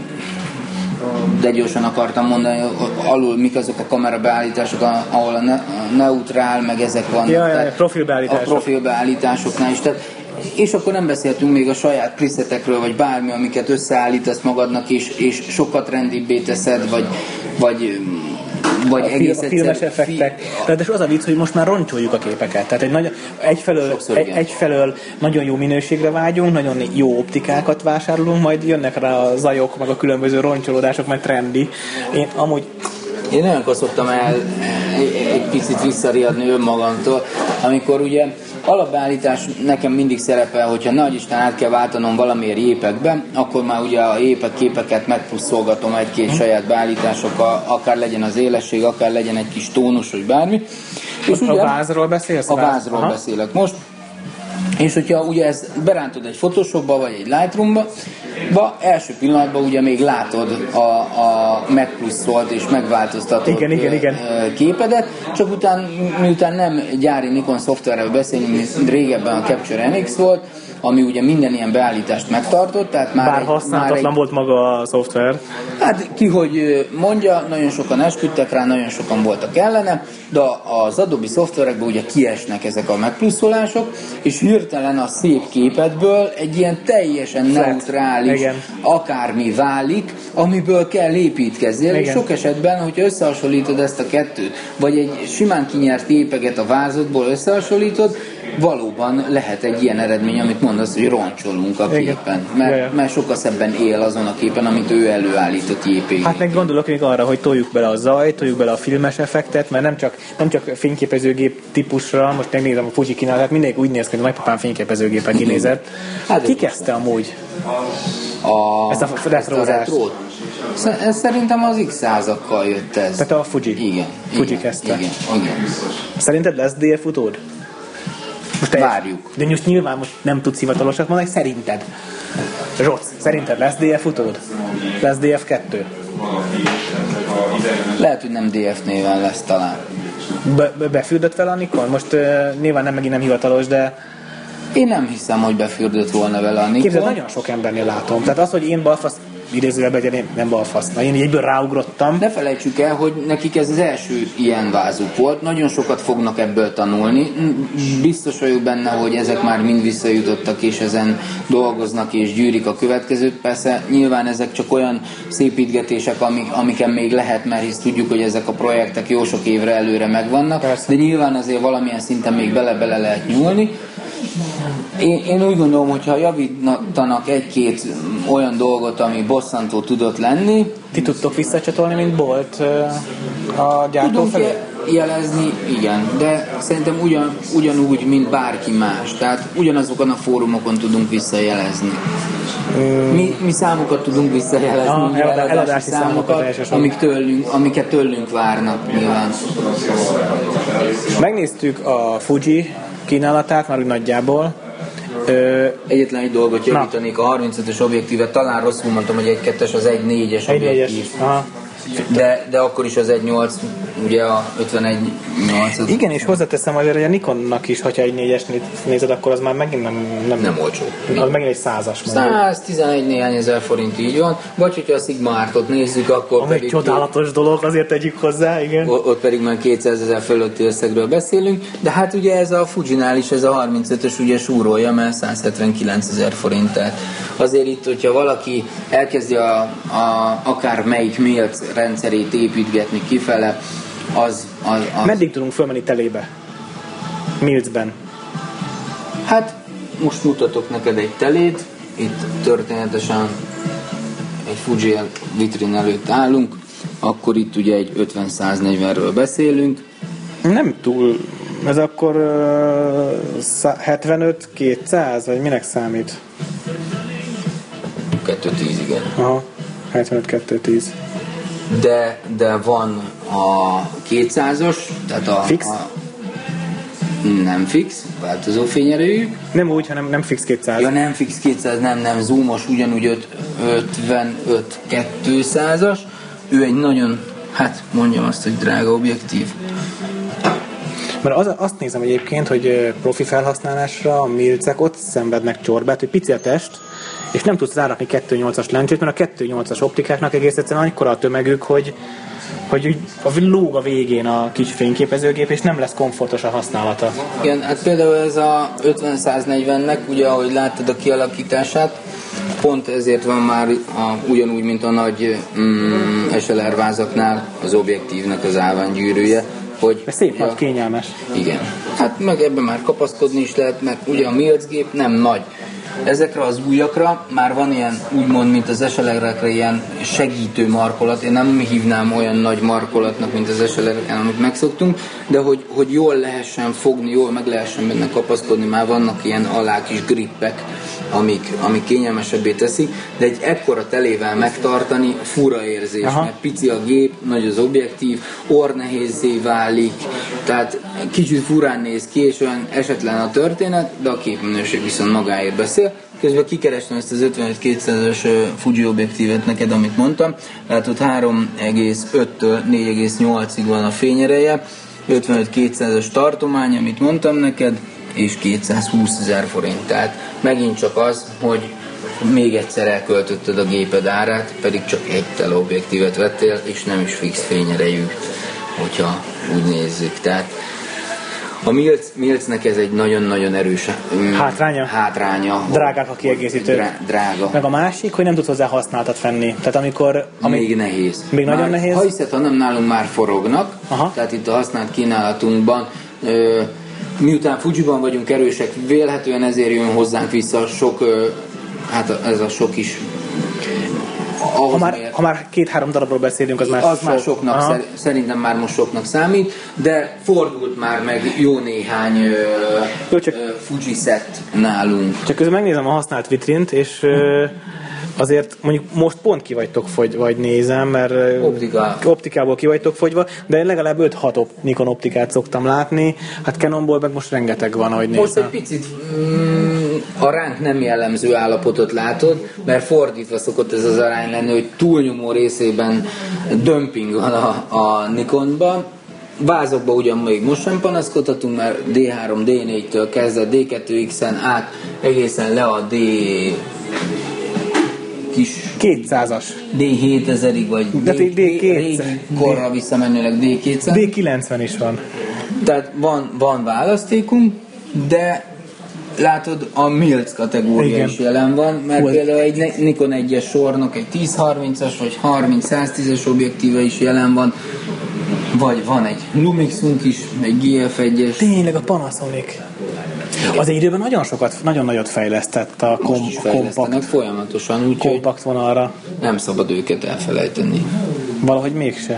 de gyorsan akartam mondani, alul mik azok a kamerabeállítások, ahol a, ne, a neutrál, meg ezek vannak. Ja, ja, profilbeállítások. A profilbeállításoknál is. Tehát, és akkor nem beszéltünk még a saját presetekről, vagy bármi, amiket összeállítasz magadnak, és, és sokat rendibbé teszed, vagy, vagy vagy a, egész film, a filmes effektek. Fi... De az a vicc, hogy most már roncsoljuk a képeket. Tehát egy nagy, egyfelől, egy, egyfelől nagyon jó minőségre vágyunk, nagyon jó optikákat vásárolunk, majd jönnek rá a zajok, meg a különböző roncsolódások, meg trendi. Én amúgy Én olyankor szoktam el egy picit visszariadni önmagamtól, amikor ugye alapbeállítás nekem mindig szerepel, hogyha nagy Isten át kell váltanom valamiért jépekbe, akkor már ugye a jépek képeket megpluszolgatom egy-két hmm. saját beállításokkal, akár legyen az élesség, akár legyen egy kis tónus, vagy bármi. És a ugye, vázról beszélsz? A vázról Aha. beszélek most. És hogyha ugye ezt berántod egy Photoshopba, vagy egy Lightroomba, ba, első pillanatban ugye még látod a, a megpluszolt és megváltoztatott igen, igen, igen. képedet, csak után, miután nem gyári Nikon szoftverrel beszélünk, mint régebben a Capture N X volt, ami ugye minden ilyen beállítást megtartott, tehát már Bár egy, használhatatlan egy, volt maga a szoftver. Hát ki, hogy mondja, nagyon sokan esküdtek rá, nagyon sokan voltak ellene, de az Adobe szoftverekben ugye kiesnek ezek a megpluszolások, és hirtelen a szép képedből egy ilyen teljesen Flat. neutrális Igen. akármi válik, amiből kell építkezzél, és sok esetben, hogyha összehasonlítod ezt a kettőt, vagy egy simán kinyert képeget a vázodból összehasonlítod, valóban lehet egy ilyen eredmény, amit mondasz, hogy roncsolunk a képen, mert, mert sokkal szebben él azon a képen, amit ő előállított jépéig. Hát meg gondolok még arra, hogy toljuk bele a zajt, toljuk bele a filmes effektet, mert nem csak, nem csak fényképezőgép típusra, most megnézem a Fuji kínálatát, mindenki úgy néz ki, hogy a nagypapám fényképezőgépen kinézett. Hát ki kezdte amúgy a, ezt a retrózást? Szerintem az X százakkal jött ez. Tehát a Fuji? Igen. Fuji igen, kezdte. Igen, igen. Szerinted lesz D F utód? Most várjuk. De most nyilván most nem tudsz hivatalosat mondani, szerinted? Zsoc, szerinted lesz D F utód? Lesz D F kettő? Lehet, hogy nem D F néven lesz talán. Be, be, befürdött vele a Nikon? Most uh, nyilván nem megint nem hivatalos, de... Én nem hiszem, hogy befürdött volna vele a Nikon. Képzeld, nagyon sok embernél látom. Tehát az, hogy én balfasz, idézőjelben, én nem balfasz. Na, én egyből ráugrottam. Ne felejtsük el, hogy nekik ez az első ilyen vázuk volt. Nagyon sokat fognak ebből tanulni. Biztos vagyok benne, hogy ezek már mind visszajutottak, és ezen dolgoznak, és gyűrik a következőt. Persze nyilván ezek csak olyan szépítgetések, amik, amiken még lehet, mert hisz tudjuk, hogy ezek a projektek jó sok évre előre megvannak. Persze. De nyilván azért valamilyen szinten még bele-bele lehet nyúlni. Én, én úgy gondolom, hogy ha javítanak egy-két olyan dolgot, ami bosszantó tudott lenni. Ti tudtok visszacsatolni, mint Bolt a gyártó felé? jelezni, igen, de szerintem ugyan, ugyanúgy, mint bárki más. Tehát ugyanazokon a fórumokon tudunk visszajelezni. Mi, mi számokat tudunk visszajelezni, ah, eladási, eladási számokat, számokat amik tőlünk, amiket tőlünk várnak nyilván. Megnéztük a Fuji kínálatát már úgy nagyjából. Ö, Egyetlen egy dolgot javítanék, a harmincötös objektívet, talán rosszul mondtam, hogy egy kettes az egy négyes objektív. De, de akkor is az egy nyolc, ugye a ötvenegy nyolc. Igen, és hozzáteszem azért, hogy a Nikonnak is, hogyha egy négyes nézed, akkor az már megint nem... Nem, nem olcsó. Az megint egy százas. száztizenegy néhány ezer forint, így van. Vagy hogyha a Sigma Artot nézzük, akkor ami pedig... csodálatos két... dolog, azért tegyük hozzá, igen. Ott pedig már kétszázezer fölötti összegről beszélünk, de hát ugye ez a Fujinál is, ez a harmincötös ugye súrolja, mert százhetvenkilencezer forint. Tehát azért itt, hogyha valaki elkezdi a, a, akár melyik mélc rendszerét építgetni kifele, az, az, az... Meddig tudunk fölmenni telébe? Milcben? Hát most mutatok neked egy telét, itt történetesen egy Fuji vitrin előtt állunk, akkor itt ugye egy ötven száznegyvenről beszélünk. Nem túl, ez akkor uh, hetvenöt kétszáz, vagy minek számít? kettőszáz, igen. Aha, hetvenöt kettőszáz. De, de van a kétszázas, tehát a... Fix? A, nem fix, változó fényerőjű. Nem úgy, hanem nem fix kétszáz. Ja, nem fix kétszáz, nem, nem, zoomos, ugyanúgy ötvenöt kétszázas. Ő egy nagyon, hát mondjam azt, hogy drága objektív. Mert az, azt nézem egyébként, hogy profi felhasználásra a milcek ott szenvednek csorbát, hogy pici a test, és nem tudsz rárakni kettő nyolcas lencsét, mert a kettő nyolcas optikáknak egész egyszerűen akkora a tömegük, hogy, hogy a lóg a végén a kis fényképezőgép, és nem lesz komfortos a használata. Igen, hát például ez a ötven száznegyvennek, ugye ahogy láttad a kialakítását, pont ezért van már a, ugyanúgy, mint a nagy mm, es el er vázaknál az objektívnek az állványgyűrűje, hogy... Ez szép, ja, kényelmes. Igen. Hát meg ebben már kapaszkodni is lehet, mert ugye a milcgép nem nagy. Ezekre az újakra már van ilyen, úgymond, mint az es el er-ekre ilyen segítő markolat. Én nem hívnám olyan nagy markolatnak, mint az es el er-eken, amit megszoktunk, de hogy, hogy jól lehessen fogni, jól meg lehessen benne kapaszkodni, már vannak ilyen alá kis grippek, amik, amik kényelmesebbé teszik, de egy ekkora telével megtartani fura érzés, aha, mert pici a gép, nagy az objektív, orrnehézzé válik, tehát kicsit furán néz ki, és olyan esetlen a történet, de a képminőség viszont magáért beszél. Közben kikerestem ezt az ötvenöt kétszázas Fuji objektívet neked, amit mondtam, tehát ott három egész öttől négy egész nyolcig van a fényereje, ötvenöt kétszázas tartomány, amit mondtam neked, és kétszázhúszezer forint. Tehát megint csak az, hogy még egyszer elköltötted a géped árát, pedig csak egy teleobjektívet vettél, és nem is fix fényerejű, hogyha úgy nézzük. Tehát a Milc, Milcnek ez egy nagyon-nagyon erős um, hátránya. hátránya. Drágák a kiegészítők. Drá, drága. Meg a másik, hogy nem tudsz hozzá használtat venni. Tehát amikor... Ami, még nehéz. Még már, nagyon nehéz. Ha hiszed, ha nem nálunk már forognak, aha, tehát itt a használt kínálatunkban, ö, miután Fujiban vagyunk erősek, vélhetően ezért jön hozzánk vissza sok, ö, hát ez a sok is. Ha már, ha már két-három darabról beszélünk, az már, az már soknak, szer, szerintem már most soknak számít, de fordult már meg jó néhány ö, jó, csak, ö, Fuji set nálunk. Csak közben megnézem a használt vitrint, és ö, azért mondjuk most pont ki vagytok fogyva, vagy nézem, mert Optikál. optikából ki vagytok fogyva, de én legalább öt-hat op- Nikon optikát szoktam látni, hát Canonból meg most rengeteg van, ahogy nézem. Most egy picit mm, a ránk nem jellemző állapotot látod, mert fordítva szokott ez az arány lenni, hogy túlnyomó részében dömping van a, a Nikonban. Vázokban ugyan még most sem panaszkodhatunk, mert dé három, dé négytől kezdve dé kettő iksz-en át egészen le a D kis kétszázas. dé hétezerig, vagy D, D, régi korra visszamenőleg dé kétszáz. dé kilencven is van. Tehát van, van választékunk, de látod, a Milc kategória, igen, is jelen van, mert Hol? például egy Nikon egyes sornak egy tíz harmincas vagy harminc száztízes objektíve is jelen van, vagy van egy Lumixunk is, egy gé ef egyes. Tényleg a Panasonic. Igen. Az egy időben nagyon sokat, nagyon nagyot fejlesztett a kom- kompakt, folyamatosan, úgyhogy kompakt vonalra. Nem szabad őket elfelejteni. Valahogy mégse.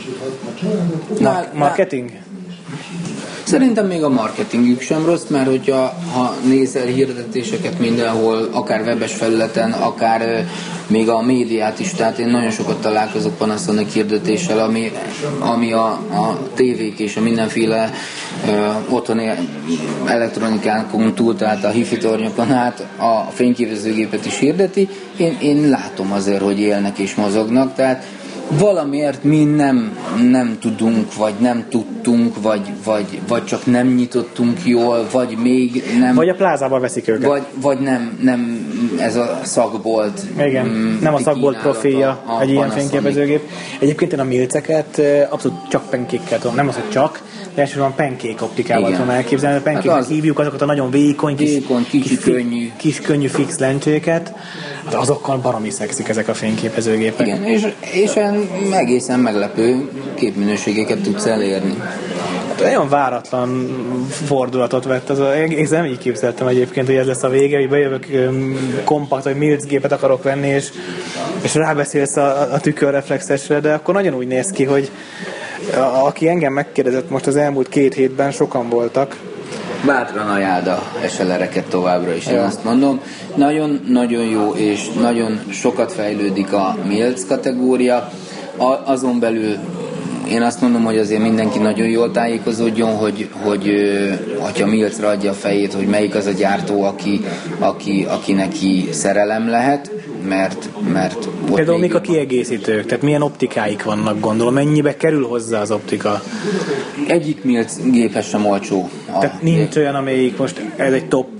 Na, marketing? Szerintem még a marketingük sem rossz, mert hogyha ha nézel hirdetéseket mindenhol, akár webes felületen, akár még a médiát is, tehát én nagyon sokat találkozok Panasonic hirdetéssel, ami, ami a, a tévék és a mindenféle ö, otthoni elektronikánkon túl, tehát a hifi tornyokon át a fényképezőgépet is hirdeti. Én, én látom azért, hogy élnek és mozognak, tehát valamiért mi nem, nem tudunk, vagy nem tudtunk, vagy, vagy, vagy csak nem nyitottunk jól, vagy még nem... Vagy a plázában veszik őket. Vagy, vagy nem, nem ez a szakbolt. Igen, mm, nem a szakbolt profilja a, a egy ilyen fényképezőgép. Egyébként én a milceket abszolút csak penkékkel tudom, nem az, hogy csak, de elsősorban penkék optikával tudom elképzelni. A penkéknek hát az, hívjuk azokat a nagyon vékony, kis, vékony kicsi, kis, könnyű. kis könnyű fix lencséket. Hát azokkal baromi szexik ezek a fényképezőgépek. Igen, és, és egészen meglepő képminőségeket tudsz elérni. Hát nagyon váratlan fordulatot vett. Az a, én nem így képzeltem egyébként, hogy ez lesz a vége, hogy bejövök kompakt vagy milc gépet akarok venni, és, és rábeszélsz a, a tükörreflexesre, de akkor nagyon úgy néz ki, hogy a, aki engem megkérdezett most az elmúlt két hétben, sokan voltak. Bátran ajánld a es el er-eket továbbra is, én azt mondom. Nagyon-nagyon jó, és nagyon sokat fejlődik a milc kategória. A, azon belül én azt mondom, hogy azért mindenki nagyon jól tájékozódjon, hogy, hogy hogyha milcra adja a fejét, hogy melyik az a gyártó, aki, aki, aki neki szerelem lehet, mert, mert például mik a kiegészítők? Tehát milyen optikáik vannak, gondolom? Mennyibe kerül hozzá az optika? Egyik milc gépes sem olcsó. Tehát nincs gép. Olyan, amelyik most ez egy top?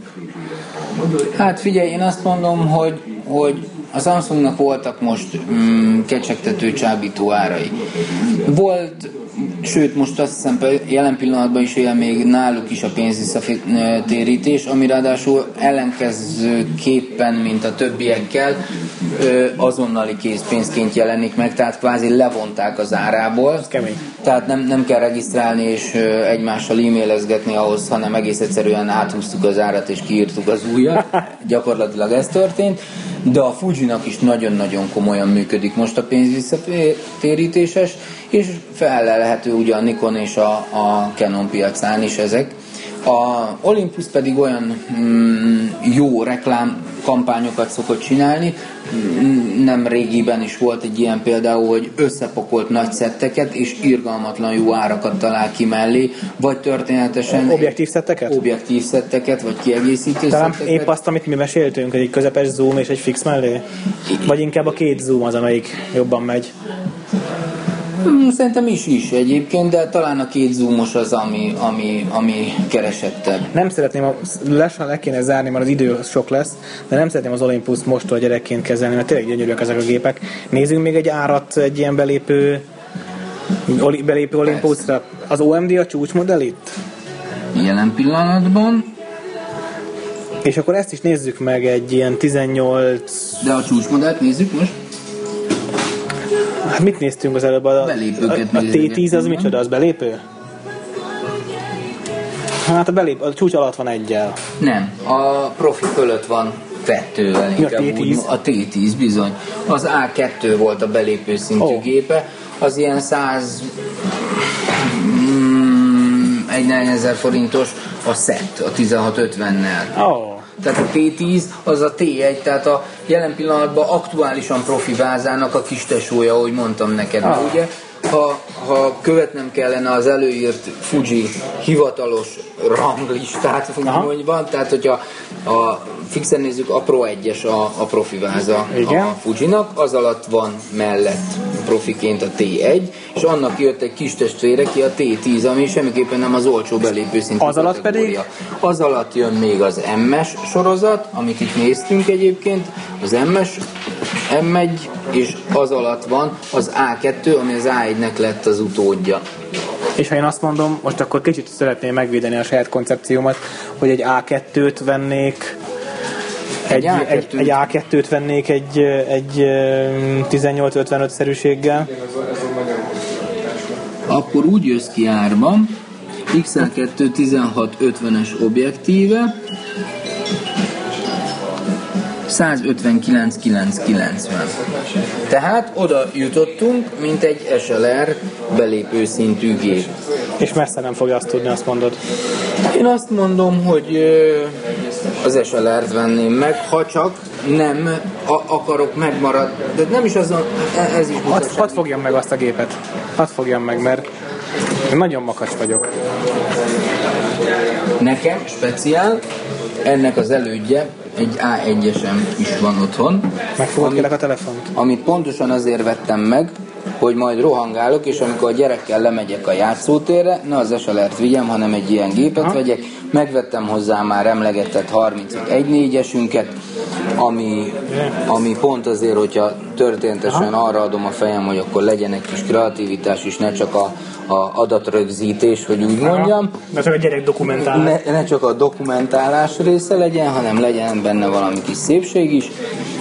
Hát figyelj, én azt mondom, hogy, hogy a Samsungnak voltak most mm, kecsegtető, csábító árai. Volt, sőt most azt hiszem jelen pillanatban is él még náluk is a pénzvisszatérítés, ami ráadásul ellenkezőképpen, mint a többiekkel, azonnali készpénzként jelenik meg, tehát kvázi levonták az árából. Kemény. Tehát nem, nem kell regisztrálni és egymással e-mailezgetni ahhoz, hanem egész egyszerűen áthúztuk az árat és kiírtuk az újat. Gyakorlatilag ez történt. De a Fujinak is nagyon-nagyon komolyan működik most a pénzvisszatérítéses, és felelhető ugye a Nikon és a, a Canon piacán is ezek. A Olympus pedig olyan mm, jó reklámkampányokat szokott csinálni, nem régiben is volt egy ilyen például, hogy összepakolt nagy szetteket és irgalmatlan jó árakat talál ki mellé, vagy történetesen objektív szetteket? Objektív szetteket, vagy kiegészítő talán szetteket. Épp azt, amit mi meséltünk, hogy egy közepes zoom és egy fix mellé? Vagy inkább a két zoom az, amelyik jobban megy? Szerintem is is egyébként, de talán a két zoomos az, ami, ami, ami keresettebb. Nem szeretném, a, lassan le kéne zárni, mert az idő sok lesz, de nem szeretném az Olympus mostól gyerekként kezelni, mert tényleg gyönyörűek ezek a gépek. Nézzünk még egy árat, egy ilyen belépő, belépő Olympusra. Az o em dé a csúcsmodell itt? Jelen pillanatban. És akkor ezt is nézzük meg, egy ilyen tizennyolc... De a csúcsmodellt nézzük most? Hát mit néztünk az előbb? A, Belépőket a, a té tíz az micsoda? Az belépő? Hát a, belép, a csúcs alatt van egyel. Nem, a profi fölött van kettővel. A té tíz? Úgy, a té tíz bizony. Az á kettő volt a belépő szintű oh. gépe. Az ilyen száz mm, negyvenezer forintos a set, a tizenhat ötvennel. Oh. Tehát a té tíz az a té egy, tehát a jelen pillanatban aktuálisan profi vázának a kis tesója, ahogy mondtam neked. Ah. Ugye, ha, ha követnem kellene az előírt Fuji hivatalos ranglistát, hogy van, tehát hogyha a fixen nézzük, a Pro egyes a, a profi váza igen. A Fujinak, az alatt van mellett profiként a té egy, és annak jött egy kis testvére ki a té tíz, ami semmiképpen nem az olcsó belépőszintű az alatt pedig? Az alatt jön még az em es sorozat, amit itt néztünk egyébként, az em es, em egy, és az alatt van az á kettő, ami az á egynek lett az utódja. És ha én azt mondom, most akkor kicsit szeretném megvédeni a saját koncepciómat, hogy egy á kettőt vennék, egy, egy, egy, egy á kettőt vennék egy, egy tizennyolc ötvenöt szerűséggel. Akkor úgy jössz ki árban, iksz el kettő tizenhat ötvenes objektíve, százötvenkilenc kilenc kilencven. Tehát oda jutottunk, mint egy es el er belépő szintű gép. És messze nem fogja azt tudni, azt mondod. Én azt mondom, hogy az es el er-t venném meg, ha csak nem a- akarok megmaradni. De nem is azon, ez is Hadd had fogjam meg azt a gépet. Hadd fogjam meg, mert én nagyon makacs vagyok. Nekem speciál, ennek az elődje, egy á egyesem is van otthon. Megfogod kérlek a telefont? Amit pontosan azért vettem meg, hogy majd rohangálok, és amikor a gyerekkel lemegyek a játszótérre, ne az es el er-t vigyem, hanem egy ilyen gépet ha. vegyek. Megvettem hozzá már emlegetett harmincöt egy négyesünket, ami, ami pont azért, hogyha történetesen Aha. arra adom a fejem, hogy akkor legyen egy kis kreativitás is, ne csak a, a adatrögzítés, hogy úgy mondjam. Ne csak a gyerek dokumentálás. Ne, ne csak a dokumentálás része legyen, hanem legyen benne valami kis szépség is.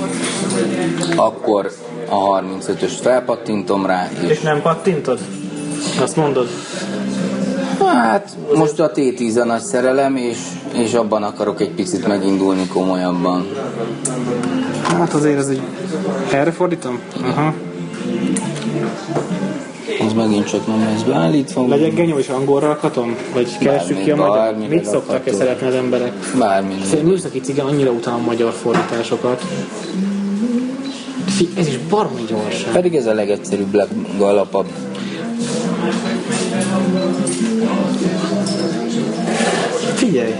Akkor a harmincötöst felpattintom rá. És, és nem pattintod? Azt mondod? Hát most a té tíz a nagy szerelem, és, és abban akarok egy picit megindulni komolyabban. Hát azért ez egy... Erre fordítom? Aha. Ez megint csak nem lesz beállítva. Legyek genyó és angolra rakatom? Vagy keressük ki a magyar? Mit szoktak-e szeretni az emberek? Bármilyen. Szerintem műszaki cigen annyira utálom magyar fordításokat. Ez is baromi gyors. Pedig ez a legegyszerűbb, legalapabb. Figyelj!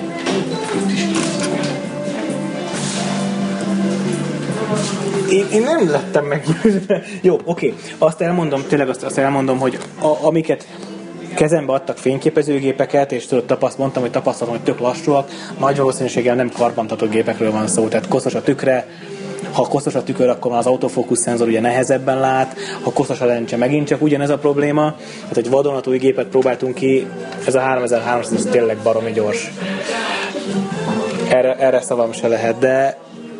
Én, én nem lettem meg. Jó, oké. Azt elmondom, tényleg azt, azt elmondom, hogy a, amiket kezembe adtak fényképezőgépeket, és tudod, tapaszt, mondtam, hogy tapasztalom, hogy tök lassúak, nagy valószínűséggel nem karbantatott gépekről van szó, tehát koszos a tükre. Ha koszos a tükör, akkor az autofókusz szenzor ugye nehezebben lát, ha koszos a lencse, megint csak ugyanez a probléma. Hát egy vadonatúj gépet próbáltunk ki, ez a háromezer-háromszáz, ez tényleg baromi gyors. Erre, erre szavam se lehet, de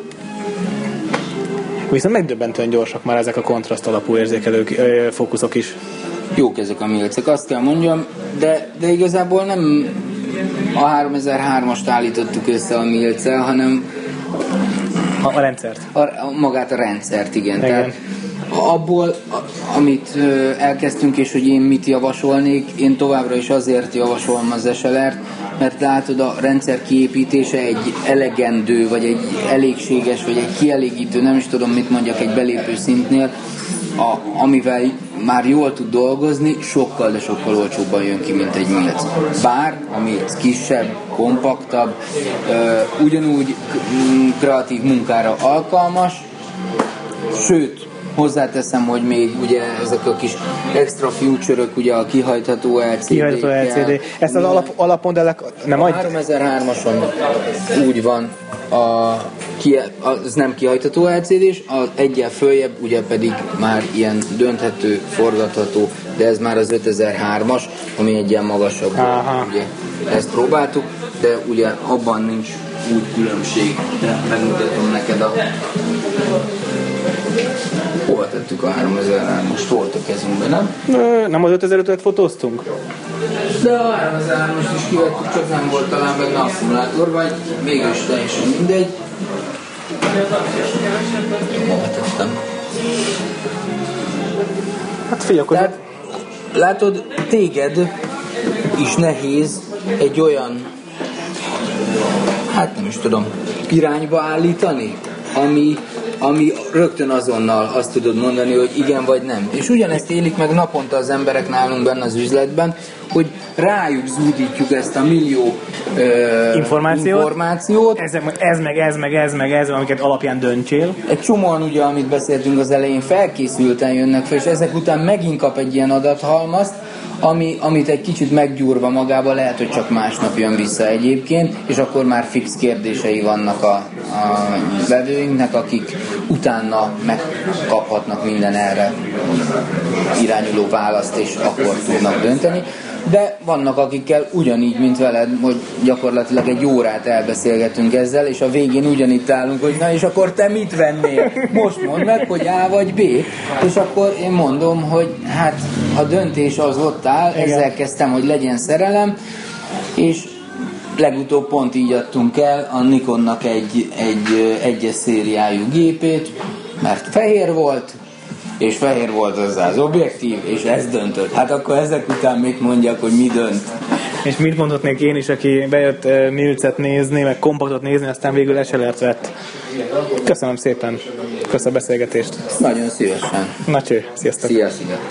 viszont megdöbbentően gyorsak már ezek a kontraszt alapú érzékelő fókuszok is. Jók ezek a milcek, azt kell mondjam, de, de igazából nem a háromezer-hármast állítottuk össze a milccel, hanem A, a rendszert. A, a, magát a rendszert, igen. igen. Tehát abból, a, amit ö, elkezdtünk, és hogy én mit javasolnék, én továbbra is azért javasolom az es el er-t, mert látod, a rendszer kiépítése egy elegendő, vagy egy elégséges, vagy egy kielégítő, nem is tudom, mit mondjak, egy belépő szintnél, a, amivel már jól tud dolgozni, sokkal, de sokkal olcsóbban jön ki, mint egy milc. Bár a milc kisebb, kompaktabb, ö, ugyanúgy kreatív munkára alkalmas, sőt, hozzáteszem, hogy még ugye ezek a kis extra future-ök, ugye a kihajtható el cé dé. Kihajtható el cé dé. Ezt az alap, alapmodellek nem adj? A háromezer-hármason úgy van, a, ki, az nem kihajtható el cé dés, az eggyel följebb ugye pedig már ilyen dönthető, forgatható, de ez már az ötezer-hármas, ami egy ilyen magasabb. Ugye, ezt próbáltuk, de ugye abban nincs úgy különbség. De megmutatom neked a... Hova tettük a háromezer-hármast? Volt a kezünkben, nem? Nö, nem az ötezer-ötöt fotóztunk? De a háromezer-hármast is kivettük, csak nem volt talán benne akkumulátor, vagy mégis teljesen mindegy. Hova tettem? Hát figyelj, akkor... Tehát, látod, téged is nehéz egy olyan, hát nem is tudom, irányba állítani, ami, ami rögtön azonnal azt tudod mondani, hogy igen vagy nem. És ugyanezt élik meg naponta az emberek nálunk benne az üzletben, hogy rájuk zúdítjuk ezt a millió ö, információt, információt. Ez, ez meg, ez meg, ez meg, ez, amiket alapján döntsél. Egy csomóan ugye, amit beszéltünk az elején, felkészülten jönnek fel, és ezek után megint kap egy ilyen adathalmazt, ami, amit egy kicsit meggyúrva magába, lehet, hogy csak másnap jön vissza egyébként, és akkor már fix kérdései vannak a, a vevőinknek, akik utána megkaphatnak minden erre irányuló választ, és akkor tudnak dönteni. De vannak akikkel ugyanígy, mint veled, hogy gyakorlatilag egy órát elbeszélgetünk ezzel, és a végén ugyanitt állunk, hogy na és akkor te mit vennél? Most mondd meg, hogy A vagy B. És akkor én mondom, hogy hát a döntés az ott áll, igen. Ezzel kezdtem, hogy legyen szerelem, és legutóbb pont így adtunk el a Nikonnak egy, egy egyes szériájú gépét, mert fehér volt, és fehér volt az az objektív, és ez döntött. Hát akkor ezek után mit mondjak, hogy mi dönt? És mit mondhatnék én is, aki bejött uh, Milcet nézni, meg kompaktot nézni, aztán végül es el er-t vett. Köszönöm szépen. Köszönöm a beszélgetést. Nagyon szívesen. Na cső, sziasztok. Sziasztok.